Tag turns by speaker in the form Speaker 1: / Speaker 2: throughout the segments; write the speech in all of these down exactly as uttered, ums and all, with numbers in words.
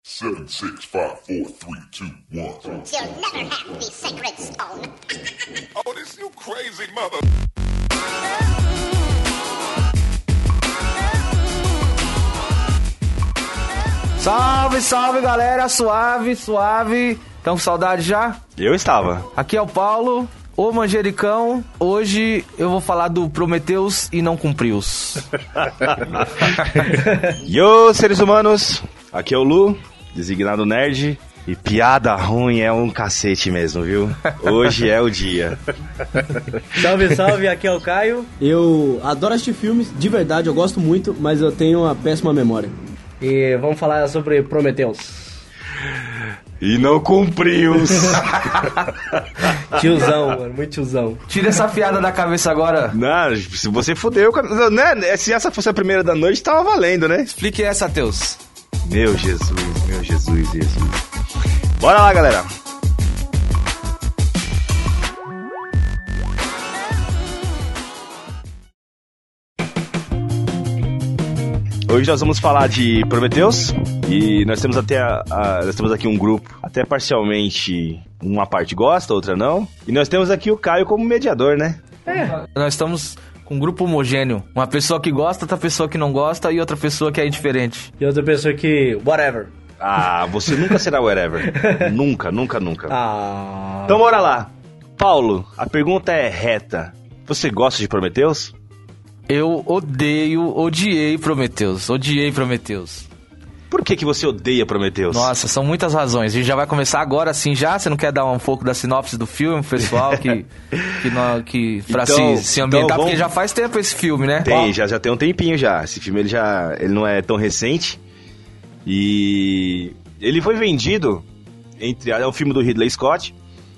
Speaker 1: Seven, six, five, four, three, two, one.
Speaker 2: You'll never have the sacred stone.
Speaker 1: Oh, this you crazy mother...
Speaker 3: Salve, salve, galera, suave, suave. Estão com saudade já?
Speaker 4: Eu estava.
Speaker 3: Aqui é o Paulo, o Manjericão. Hoje eu vou falar do Prometheus e não cumpriu-os.
Speaker 4: Yo, seres humanos, aqui é o Lu, designado nerd. E piada ruim é um cacete mesmo, viu? Hoje é o dia.
Speaker 5: Salve, salve, aqui é o Caio.
Speaker 6: Eu adoro assistir filmes, de verdade, eu gosto muito, mas eu tenho uma péssima memória.
Speaker 5: E vamos falar sobre Prometheus.
Speaker 4: E não cumpriu.
Speaker 5: Tiozão, mano, muito tiozão.
Speaker 3: Tira essa fiada da cabeça agora.
Speaker 4: Não, se você fudeu, né? Se essa fosse a primeira da noite, tava valendo, né?
Speaker 3: Explique essa, Teus.
Speaker 4: Meu Jesus, meu Jesus, Jesus. Bora lá, galera. Hoje nós vamos falar de Prometheus e nós temos até a, a, nós temos aqui um grupo, até parcialmente uma parte gosta, outra não. E nós temos aqui o Caio como mediador, né?
Speaker 3: É. Nós estamos com um grupo homogêneo. Uma pessoa que gosta, outra pessoa que não gosta e outra pessoa que é indiferente.
Speaker 5: E outra pessoa que... whatever.
Speaker 4: Ah, você nunca será whatever. Nunca, nunca, nunca.
Speaker 5: Ah.
Speaker 4: Então bora lá. Paulo, a pergunta é reta. Você gosta de Prometheus?
Speaker 3: Eu odeio, odiei Prometheus, odiei Prometheus.
Speaker 4: Por que que você odeia Prometheus?
Speaker 3: Nossa, são muitas razões. A gente já vai começar agora assim já? Você não quer dar um pouco da sinopse do filme, pessoal, que, que, não, que pra
Speaker 4: então,
Speaker 3: se, se ambientar?
Speaker 4: então vamos...
Speaker 3: Porque já faz tempo esse filme, né?
Speaker 4: Tem, já, já tem um tempinho já. Esse filme ele já ele não é tão recente. E ele foi vendido, entre é um filme do Ridley Scott,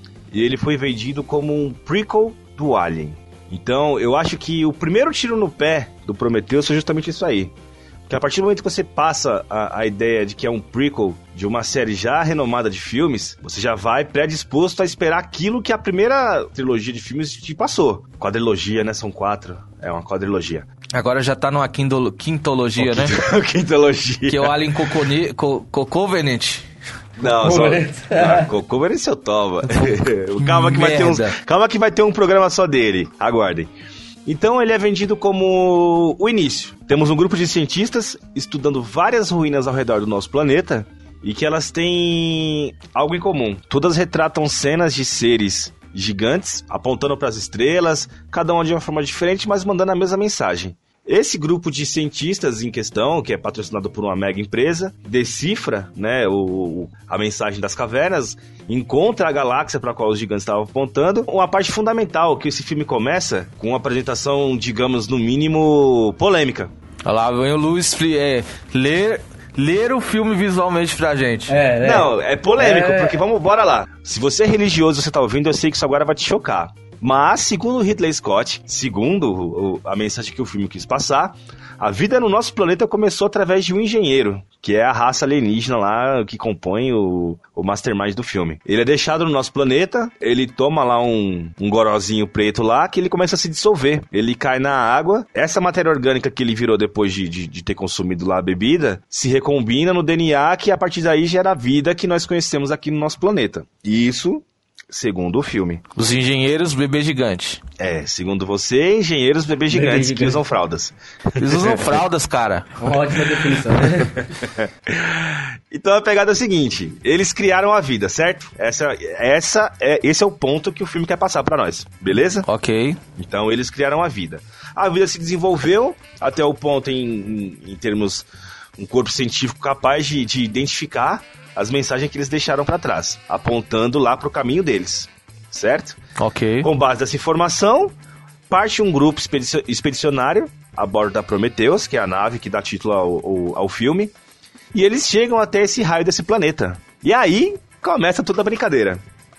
Speaker 4: e ele foi vendido como um prequel do Alien. Então, eu acho que o primeiro tiro no pé do Prometheus foi justamente isso aí. Porque a partir do momento que você passa a, a ideia de que é um prequel de uma série já renomada de filmes, você já vai predisposto a esperar aquilo que a primeira trilogia de filmes te passou. Quadrilogia, né? São quatro. É uma quadrilogia.
Speaker 3: Agora já tá numa quindolo, quintologia, né?
Speaker 4: Quintologia.
Speaker 3: Que é o Alien Cocone, Co, Co, Covenant.
Speaker 4: Não, só... Ah, Covenant eu tomo. calma, que vai ter uns... calma que vai ter um programa só dele. Aguardem. Então ele é vendido como o início. Temos um grupo de cientistas estudando várias ruínas ao redor do nosso planeta e que elas têm algo em comum. Todas retratam cenas de seres gigantes apontando para as estrelas, cada um de uma forma diferente, mas mandando a mesma mensagem. Esse grupo de cientistas em questão, que é patrocinado por uma mega empresa, decifra, né, o, a mensagem das cavernas, encontra a galáxia para a qual os gigantes estavam apontando. Uma parte fundamental que esse filme começa com uma apresentação, digamos, no mínimo, polêmica.
Speaker 3: Olha lá, vem o Luiz é, ler, ler o filme visualmente pra gente.
Speaker 5: É, né?
Speaker 4: Não, é polêmico,
Speaker 5: é...
Speaker 4: porque vamos, bora lá. Se você é religioso e você tá ouvindo, eu sei que isso agora vai te chocar. Mas, segundo Ridley Scott, segundo o, a mensagem que o filme quis passar, a vida no nosso planeta começou através de um engenheiro, que é a raça alienígena lá que compõe o, o mastermind do filme. Ele é deixado no nosso planeta, ele toma lá um, um gorozinho preto lá, que ele começa a se dissolver. Ele cai na água, essa matéria orgânica que ele virou depois de, de, de ter consumido lá a bebida, se recombina no D N A, que a partir daí gera a vida que nós conhecemos aqui no nosso planeta. E isso... segundo o filme.
Speaker 3: Os engenheiros bebê gigante.
Speaker 4: É, segundo você, engenheiros bebê gigantes bebê gigante. Que usam fraldas.
Speaker 3: Eles usam fraldas, cara.
Speaker 5: Uma ótima definição, né?
Speaker 4: Então a pegada é a seguinte, eles criaram a vida, certo? Essa, essa é, esse é o ponto que o filme quer passar pra nós, beleza?
Speaker 3: Ok.
Speaker 4: Então eles criaram a vida. A vida se desenvolveu até o ponto em, em, em termos um corpo científico capaz de, de identificar as mensagens que eles deixaram pra trás, apontando lá pro caminho deles, certo?
Speaker 3: Ok.
Speaker 4: Com base nessa informação, parte um grupo expedici- expedicionário a bordo da Prometheus, que é a nave que dá título ao, ao, ao filme, e eles chegam até esse raio desse planeta. E aí, começa toda a brincadeira.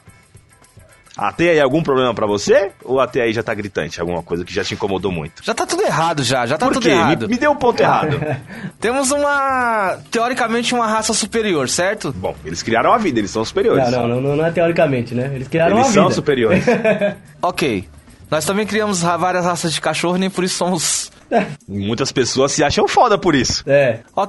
Speaker 4: Até aí algum problema pra você? Ou até aí já tá gritante? Alguma coisa que já te incomodou muito?
Speaker 3: Já tá tudo errado já, já tá
Speaker 4: Por
Speaker 3: tudo
Speaker 4: quê?
Speaker 3: errado.
Speaker 4: Me, me deu um ponto errado.
Speaker 3: Temos uma, teoricamente, uma raça superior, certo?
Speaker 4: Bom, eles criaram a vida, eles são superiores.
Speaker 5: Não, não, não, não é teoricamente, né? Eles criaram
Speaker 4: eles
Speaker 5: a vida.
Speaker 4: Eles são superiores.
Speaker 3: Ok. Nós também criamos várias raças de cachorro, nem por isso somos...
Speaker 4: Muitas pessoas se acham foda por isso.
Speaker 5: É.
Speaker 3: Ok.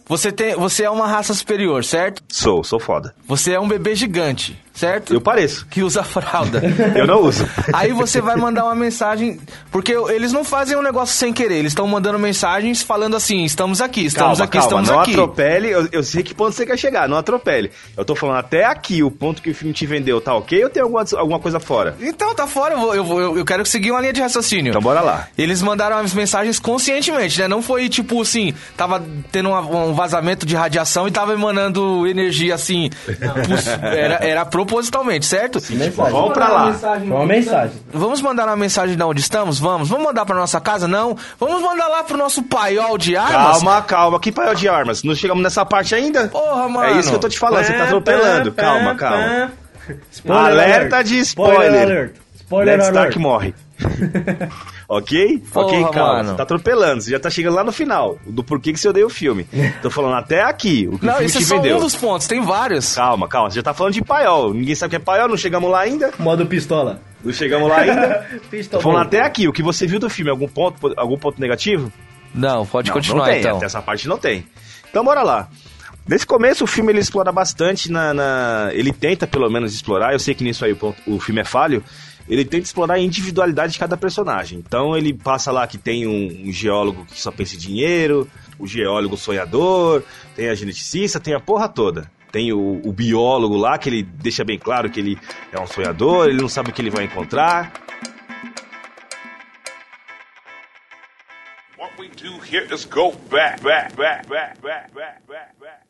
Speaker 3: Você, tem, você é uma raça superior, certo?
Speaker 4: Sou, sou foda.
Speaker 3: Você é um bebê gigante, certo?
Speaker 4: Eu pareço.
Speaker 3: Que usa fralda.
Speaker 4: Eu não uso.
Speaker 3: Aí você vai mandar uma mensagem, porque eles não fazem um negócio sem querer, eles estão mandando mensagens falando assim, estamos aqui, estamos
Speaker 4: calma,
Speaker 3: aqui,
Speaker 4: calma,
Speaker 3: estamos
Speaker 4: não
Speaker 3: aqui.
Speaker 4: atropele, eu, eu sei que ponto você quer chegar, não atropele. Eu tô falando até aqui, o ponto que o filme te vendeu, tá ok ou tem alguma, alguma coisa fora?
Speaker 3: Então, tá fora, eu, vou, eu, vou, eu quero seguir uma linha de raciocínio.
Speaker 4: Então bora lá.
Speaker 3: Eles mandaram as mensagens conscientemente, né? Não foi tipo assim, tava tendo uma, um vazamento de radiação e tava emanando energia assim. pus- Era, era propositalmente, certo?
Speaker 4: Sim, tipo, vamos pra lá.
Speaker 5: Foi uma mensagem.
Speaker 3: Vamos mandar uma mensagem de onde estamos? Vamos. Vamos mandar pra nossa casa? Não. Vamos mandar lá pro nosso paiol de armas?
Speaker 4: Calma, calma, que paiol de armas? Não chegamos nessa parte ainda?
Speaker 3: Porra, mano.
Speaker 4: É isso que eu tô te falando, você tá atropelando. Calma, calma.
Speaker 5: Spoiler
Speaker 4: Alerta
Speaker 5: alert.
Speaker 4: de spoiler.
Speaker 5: alert. Spoiler
Speaker 4: Ned
Speaker 5: alert.
Speaker 4: Stark morre. Ok?
Speaker 3: Porra,
Speaker 4: ok, calma.
Speaker 3: mano.
Speaker 4: Você tá atropelando, você já tá chegando lá no final. Do porquê que você odeia o filme. Tô falando até aqui, o que
Speaker 3: Não,
Speaker 4: o filme
Speaker 3: esse é
Speaker 4: te
Speaker 3: só
Speaker 4: vendeu.
Speaker 3: um dos pontos, tem vários.
Speaker 4: Calma, calma, você já tá falando de paiol. Ninguém sabe o que é paiol, não chegamos lá ainda.
Speaker 5: Modo pistola.
Speaker 4: Não chegamos lá ainda.
Speaker 5: Pistola.
Speaker 4: Tô falando até aqui, o que você viu do filme, algum ponto, algum ponto negativo?
Speaker 3: Não, pode
Speaker 4: Não,
Speaker 3: continuar
Speaker 4: não tem,
Speaker 3: então.
Speaker 4: até essa parte não tem. Então bora lá. Nesse começo o filme ele explora bastante na, na- ele tenta pelo menos explorar, eu sei que nisso aí o, ponto- o filme é falho, ele tenta explorar a individualidade de cada personagem. Então ele passa lá que tem um, um geólogo que só pensa em dinheiro, o geólogo sonhador, tem a geneticista, tem a porra toda. Tem o, o biólogo lá que ele deixa bem claro que ele é um sonhador, ele não sabe o que ele vai encontrar.
Speaker 1: What we do here is go back, back, back, back, back, back, back, back.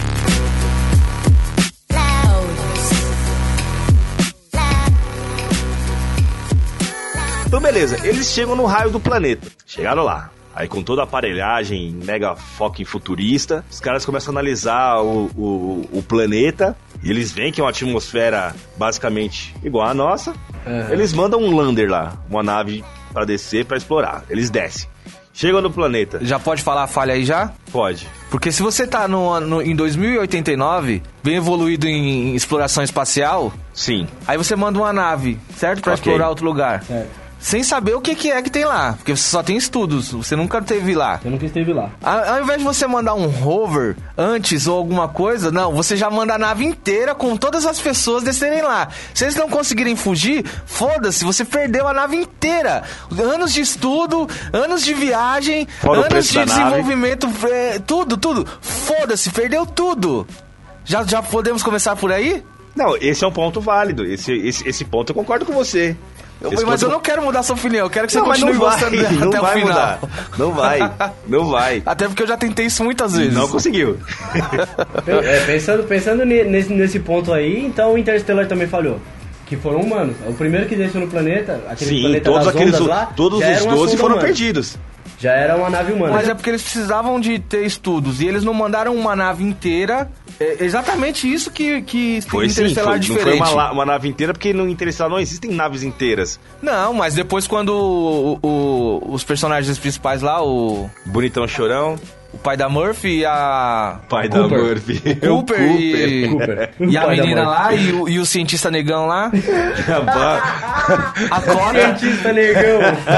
Speaker 4: Então beleza, eles chegam no raio do planeta. Chegaram lá. Aí com toda a aparelhagem mega fucking futurista, os caras começam a analisar o, o, o planeta. E eles veem que é uma atmosfera basicamente igual à nossa.
Speaker 5: Uhum.
Speaker 4: Eles mandam um lander lá, uma nave pra descer, pra explorar. Eles descem. Chegam no planeta.
Speaker 3: Já pode falar a falha aí já?
Speaker 4: Pode.
Speaker 3: Porque se você tá no, no, em dois mil e oitenta e nove, bem evoluído em, em exploração espacial,
Speaker 4: Sim.
Speaker 3: aí você manda uma nave, certo? Pra
Speaker 4: Ok.
Speaker 3: explorar outro lugar.
Speaker 5: Certo.
Speaker 3: Sem saber o que, que é que tem lá. Porque você só tem estudos, você nunca teve lá.
Speaker 5: Eu nunca esteve lá.
Speaker 3: A- Ao invés de você mandar um rover antes ou alguma coisa, não, você já manda a nave inteira com todas as pessoas descerem lá. Se eles não conseguirem fugir, foda-se, você perdeu a nave inteira. Anos de estudo, anos de viagem,
Speaker 4: Fora o
Speaker 3: anos
Speaker 4: preço
Speaker 3: de
Speaker 4: da nave.
Speaker 3: desenvolvimento, é, tudo, tudo. Foda-se, perdeu tudo. Já, já podemos começar por aí?
Speaker 4: Não, esse é um ponto válido. Esse, esse, esse ponto eu concordo com você.
Speaker 3: Eu-
Speaker 4: Esse
Speaker 3: mas
Speaker 4: ponto-
Speaker 3: eu não quero mudar sua opinião, eu quero que você
Speaker 4: Não, mas
Speaker 3: continue
Speaker 4: não vai,
Speaker 3: gostando dela
Speaker 4: não
Speaker 3: até
Speaker 4: vai
Speaker 3: o final.
Speaker 4: mudar. Não vai, não vai.
Speaker 3: Até porque eu já tentei isso muitas vezes.
Speaker 4: Não conseguiu.
Speaker 5: É, pensando pensando ne- nesse, nesse ponto aí, então o Interstellar também falhou. Que foram humanos. O primeiro que desceu no planeta, aquele
Speaker 4: Sim,
Speaker 5: planeta
Speaker 4: todos
Speaker 5: das
Speaker 4: aqueles
Speaker 5: ondas
Speaker 4: o-
Speaker 5: lá,
Speaker 4: todos
Speaker 5: já era
Speaker 4: os
Speaker 5: uma
Speaker 4: doze
Speaker 5: sonda
Speaker 4: foram
Speaker 5: humana.
Speaker 4: perdidos.
Speaker 5: Já era uma nave humana.
Speaker 3: Mas é porque eles precisavam de ter estudos e eles não mandaram uma nave inteira. É exatamente isso que, que
Speaker 4: Foi sim,
Speaker 3: Interestelar
Speaker 4: foi, não foi
Speaker 3: diferente.
Speaker 4: uma, la- uma nave inteira, porque no Interestelar não existem naves inteiras.
Speaker 3: Não, mas depois quando o- o- os personagens principais lá, o,
Speaker 4: Bonitão Chorão,
Speaker 3: o pai da Murphy e a...
Speaker 4: pai
Speaker 5: Cooper.
Speaker 4: da Murphy.
Speaker 3: O Cooper, e,
Speaker 5: Cooper.
Speaker 3: e a
Speaker 5: O pai da
Speaker 3: menina
Speaker 5: Murphy.
Speaker 3: lá e o, e o cientista negão lá, acorda.
Speaker 5: Cientista negão.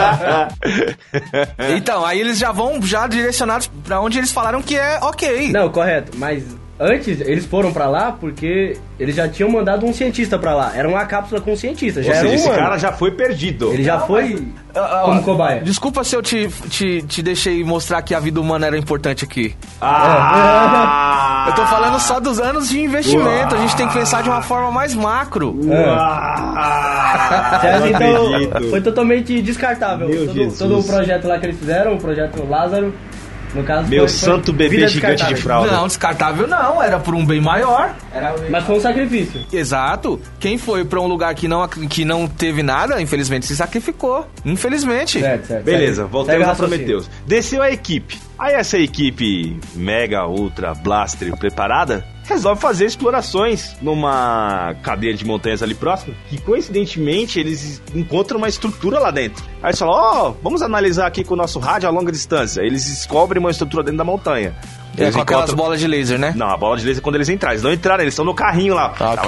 Speaker 3: Então, aí eles já vão já direcionados pra onde eles falaram que é ok.
Speaker 5: Não, correto. Mas antes eles foram pra lá porque eles já tinham mandado um cientista pra lá. Era uma cápsula com um cientista. Já
Speaker 4: Ou
Speaker 5: era
Speaker 4: seja,
Speaker 5: um
Speaker 4: esse
Speaker 5: humano.
Speaker 4: cara já foi perdido.
Speaker 5: Ele já foi
Speaker 3: Ah, ah,
Speaker 5: como
Speaker 3: ó,
Speaker 5: cobaia.
Speaker 3: Desculpa se eu te, te, te deixei mostrar que a vida humana era importante aqui.
Speaker 4: Ah!
Speaker 3: Eu tô falando só dos anos de investimento. A gente tem que pensar de uma forma mais macro.
Speaker 4: Ah!
Speaker 5: Certo?
Speaker 4: Não
Speaker 5: Então
Speaker 4: acredito.
Speaker 5: foi totalmente descartável.
Speaker 4: Meu
Speaker 5: Todo,
Speaker 4: Jesus.
Speaker 5: todo o projeto lá que eles fizeram, o projeto Lázaro, no caso
Speaker 4: Meu
Speaker 5: foi,
Speaker 4: santo
Speaker 5: foi
Speaker 4: bebê
Speaker 5: vida
Speaker 4: gigante de
Speaker 5: descartável.
Speaker 4: fralda.
Speaker 3: Não, descartável não. Era por um bem maior.
Speaker 5: Mas foi um sacrifício.
Speaker 3: Exato. Quem foi pra um lugar que não, ac- que não teve nada, infelizmente se sacrificou. Infelizmente.
Speaker 5: Certo, certo.
Speaker 4: Beleza,
Speaker 5: Segue-
Speaker 4: voltamos
Speaker 5: segue o
Speaker 4: a
Speaker 5: raciocínio.
Speaker 4: Prometheus. Desceu a equipe. Aí essa equipe mega, ultra, blaster preparada resolve fazer explorações numa cadeia de montanhas ali próxima, que coincidentemente eles encontram uma estrutura lá dentro. Aí eles falam, ó, vamos analisar aqui com o nosso rádio a longa distância. Eles descobrem uma estrutura dentro da montanha.
Speaker 3: É,
Speaker 4: Eles
Speaker 3: com aquelas
Speaker 4: encontram-
Speaker 3: bolas de laser, né?
Speaker 4: Não, a bola de laser é quando eles entraram. Eles não entraram, eles estão no carrinho lá.
Speaker 3: Ah, ok.
Speaker 4: Tá,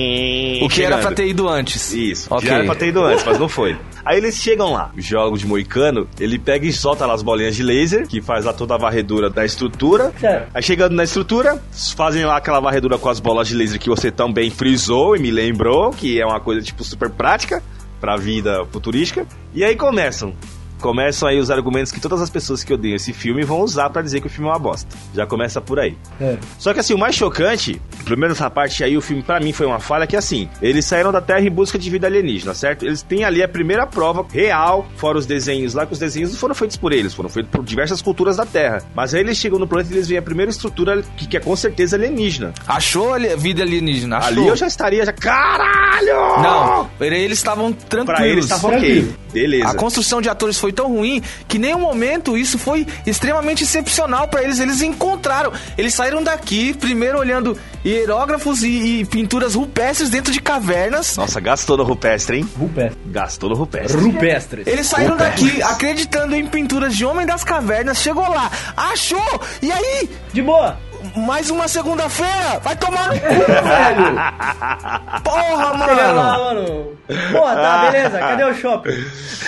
Speaker 3: O que era pra ter ido antes.
Speaker 4: Isso,
Speaker 3: Ok.
Speaker 4: já era pra ter ido antes, mas não foi. Aí eles chegam lá, o jogo de Moicano, ele pega e solta lá as bolinhas de laser, que faz lá toda a varredura da estrutura.
Speaker 5: Certo.
Speaker 4: Aí chegando na estrutura, fazem lá aquela varredura com as bolas de laser que você também frisou e me lembrou, que é uma coisa tipo super prática pra vida futurística. E aí começam. Começam aí os argumentos que todas as pessoas que odeiam esse filme vão usar pra dizer que o filme é uma bosta. Já começa por aí.
Speaker 5: É.
Speaker 4: Só que assim, o mais chocante, pelo menos essa parte aí, o filme pra mim foi uma falha, que assim, eles saíram da Terra em busca de vida alienígena, certo? Eles têm ali a primeira prova real, fora os desenhos lá, que os desenhos não foram feitos por eles, foram feitos por diversas culturas da Terra. Mas aí eles chegam no planeta e eles veem a primeira estrutura que, que é com certeza alienígena.
Speaker 3: Achou ali- vida alienígena? Achou.
Speaker 4: Ali eu já estaria, já, caralho!
Speaker 3: Não, eles estavam tranquilos.
Speaker 4: Pra eles tava ok,
Speaker 5: Tranquilo.
Speaker 4: beleza.
Speaker 3: A construção de atores foi tão ruim que em nenhum momento isso foi extremamente excepcional pra eles. Eles encontraram. Eles saíram daqui primeiro olhando hierógrafos e, e pinturas rupestres dentro de cavernas.
Speaker 4: Nossa, gastou no rupestre, hein?
Speaker 5: Rupestre.
Speaker 4: Gastou no rupestre.
Speaker 5: Rupestres.
Speaker 3: Eles saíram daqui acreditando em pinturas de Homem das Cavernas. Chegou lá, achou! E aí?
Speaker 5: De boa.
Speaker 3: Mais uma segunda-feira? Vai tomar no cu, velho! Porra,
Speaker 5: Chega lá,
Speaker 3: mano!
Speaker 5: mano. Porra, tá, beleza. Cadê o shopping?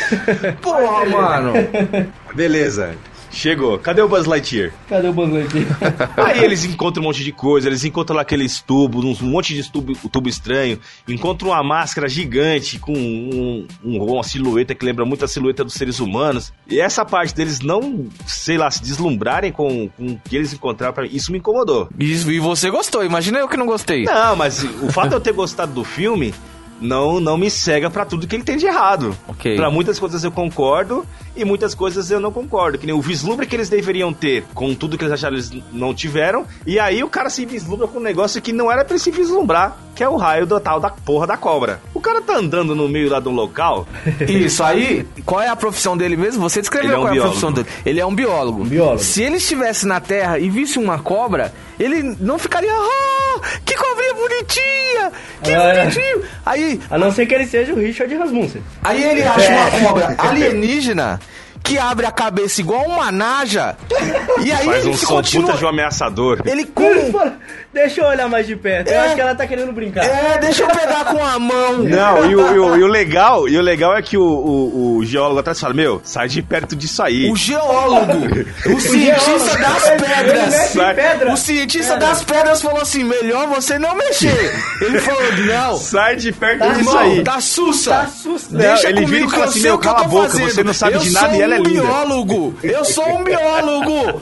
Speaker 3: Porra, mano!
Speaker 4: Beleza. Chegou. Cadê o Buzz Lightyear?
Speaker 5: Cadê o Buzz Lightyear?
Speaker 4: Aí eles encontram um monte de coisa, eles encontram lá aqueles tubos, um monte de tubo, tubo estranho, encontram uma máscara gigante com um, um, uma silhueta que lembra muito a silhueta dos seres humanos. E essa parte deles não, sei lá, se deslumbrarem com, com o que eles encontraram, pra mim, isso me incomodou.
Speaker 3: Isso, e você gostou, imagina eu que não gostei.
Speaker 4: Não, mas o fato de eu ter gostado do filme não, não me cega pra tudo que ele tem de errado.
Speaker 3: Ok.
Speaker 4: Pra muitas coisas eu concordo e muitas coisas eu não concordo. Que nem o vislumbre que eles deveriam ter com tudo que eles acharam que eles não tiveram. E aí o cara se vislumbra com um negócio que não era pra ele se vislumbrar, que é o raio do tal da porra da cobra. O cara tá andando no meio lá de um local.
Speaker 3: Isso aí, qual é a profissão dele mesmo? Você descreveu
Speaker 4: Ele é um
Speaker 3: qual é a
Speaker 4: biólogo.
Speaker 3: profissão dele. Ele é um biólogo.
Speaker 5: biólogo.
Speaker 3: Se ele estivesse na Terra e visse uma cobra, ele não ficaria... Ah, que cobrinha bonitinha! Que
Speaker 5: É.
Speaker 3: bonitinho! Aí,
Speaker 5: A não ser que ele seja o Richard Rasmussen.
Speaker 3: aí ele acha uma cobra alienígena que abre a cabeça igual uma naja. E aí
Speaker 4: Faz
Speaker 3: ele
Speaker 4: um
Speaker 3: se
Speaker 4: som
Speaker 3: continua...
Speaker 4: puta de um ameaçador.
Speaker 3: Ele com...
Speaker 5: Deixa eu olhar mais de perto. Eu
Speaker 3: É.
Speaker 5: acho que ela tá querendo brincar.
Speaker 3: É, deixa eu pegar com a mão.
Speaker 4: Não, e o, e o- e o legal, e o legal é que o, o, o geólogo atrás fala, meu, sai de perto disso aí.
Speaker 3: O geólogo, o cientista das
Speaker 5: Ele
Speaker 3: pedras.
Speaker 5: mexe em pedra.
Speaker 3: O cientista das pedras falou assim, melhor você não mexer. Ele falou, não,
Speaker 4: Sai de perto
Speaker 5: Tá
Speaker 4: disso
Speaker 5: bom,
Speaker 4: aí.
Speaker 3: tá sussa.
Speaker 5: Tá sussa.
Speaker 3: Deixa
Speaker 4: Não, ele
Speaker 3: comigo
Speaker 4: vira e
Speaker 3: que
Speaker 4: fala
Speaker 3: eu
Speaker 4: assim,
Speaker 3: sei
Speaker 4: meu,
Speaker 3: o que eu
Speaker 4: cala
Speaker 3: tô
Speaker 4: a boca,
Speaker 3: fazendo.
Speaker 4: você não sabe
Speaker 3: eu
Speaker 4: de nada
Speaker 3: sou
Speaker 4: e ela é
Speaker 3: um
Speaker 4: linda.
Speaker 3: biólogo. Eu sou um biólogo.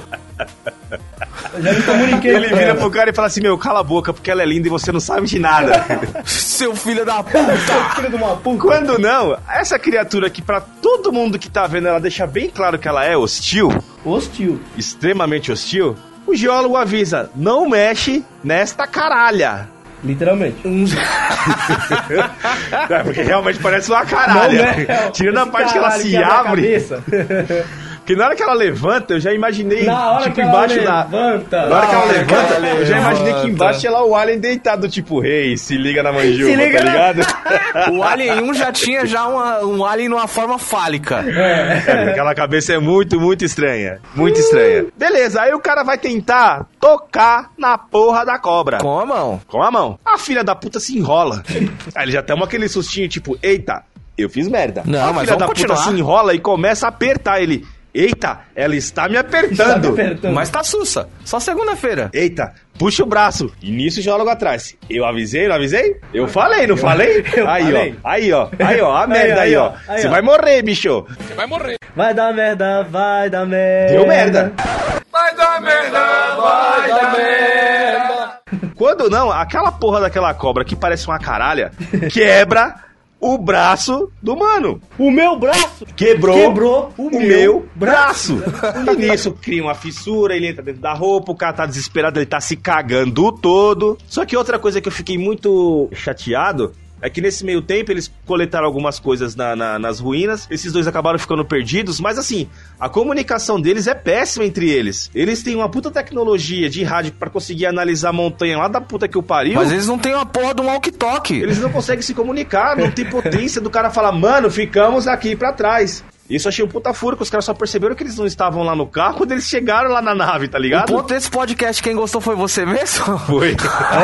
Speaker 5: Eu já me comuniquei.
Speaker 4: Ele vira pro cara e fala assim, meu, cala a boca, porque ela é linda e você não sabe de nada.
Speaker 3: Seu filho da puta.
Speaker 5: Filho de uma puta.
Speaker 4: Quando não, essa criatura que pra todo mundo que tá vendo, ela deixa bem claro que ela é hostil,
Speaker 5: Hostil.
Speaker 4: extremamente hostil, o geólogo avisa, não mexe nesta caralha.
Speaker 5: Literalmente.
Speaker 4: É, porque realmente parece uma caralha.
Speaker 5: é.
Speaker 4: Tirando a
Speaker 5: Esse
Speaker 4: parte que ela
Speaker 5: caralho
Speaker 4: se
Speaker 5: abre a
Speaker 4: abre.
Speaker 5: cabeça.
Speaker 4: Porque na hora que ela levanta, eu já imaginei,
Speaker 5: Na hora
Speaker 4: tipo,
Speaker 5: que ela
Speaker 4: embaixo da...
Speaker 5: levanta.
Speaker 4: Na hora que ela
Speaker 3: Na hora que
Speaker 4: levanta,
Speaker 3: ela
Speaker 4: eu já imaginei que
Speaker 3: levanta.
Speaker 4: embaixo tinha lá o alien deitado, tipo, rei, se liga na manjuba,
Speaker 5: Se liga
Speaker 4: tá
Speaker 5: na-
Speaker 4: ligado?
Speaker 3: O Alien um já tinha já uma, um Alien numa forma fálica.
Speaker 4: É, aquela cabeça é muito, muito estranha. Muito estranha. Beleza, aí o cara vai tentar tocar na porra da cobra.
Speaker 3: Com a mão.
Speaker 4: Com a mão. A filha da puta se enrola. Aí ele já toma aquele sustinho, tipo, eita, eu fiz merda.
Speaker 3: Não,
Speaker 4: a
Speaker 3: mas
Speaker 4: filha
Speaker 3: vamos
Speaker 4: da
Speaker 3: continuar.
Speaker 4: puta se enrola e começa a apertar ele. Eita, ela está me apertando.
Speaker 5: Tá apertando.
Speaker 3: Mas tá sussa. Só segunda-feira.
Speaker 4: Eita, puxa o braço. E nisso o geólogo atrás. Eu avisei, não avisei? Eu falei, não falei?
Speaker 5: eu
Speaker 4: aí,
Speaker 5: falei.
Speaker 4: ó. Aí, ó. Aí, ó. A merda aí,
Speaker 5: aí,
Speaker 4: ó.
Speaker 5: ó. Aí,
Speaker 4: Você
Speaker 5: ó.
Speaker 4: vai morrer, bicho.
Speaker 5: Vai dar merda, vai dar merda.
Speaker 4: Deu merda.
Speaker 1: Vai dar merda, vai dar merda.
Speaker 4: Quando não, aquela porra daquela cobra que parece uma caralha quebra o braço do mano.
Speaker 5: O meu braço
Speaker 4: Quebrou,
Speaker 5: quebrou o,
Speaker 4: o meu braço. E nisso cria uma fissura, ele entra dentro da roupa, o cara tá desesperado, ele tá se cagando todo. Só que outra coisa que eu fiquei muito chateado é que nesse meio tempo eles coletaram algumas coisas na, na, nas ruínas, esses dois acabaram ficando perdidos, mas assim, a comunicação deles é péssima entre eles. Eles têm uma puta tecnologia de rádio pra conseguir analisar a montanha lá da puta que o pariu.
Speaker 3: Mas eles não têm uma porra do walkie-talkie.
Speaker 4: Eles não conseguem se comunicar, não tem potência do cara falar, mano, ficamos aqui pra trás. Isso eu achei um puta furo, que os caras só perceberam que eles não estavam lá no carro quando eles chegaram lá na nave, tá ligado?
Speaker 3: O ponto desse podcast, quem gostou foi você mesmo?
Speaker 4: Foi.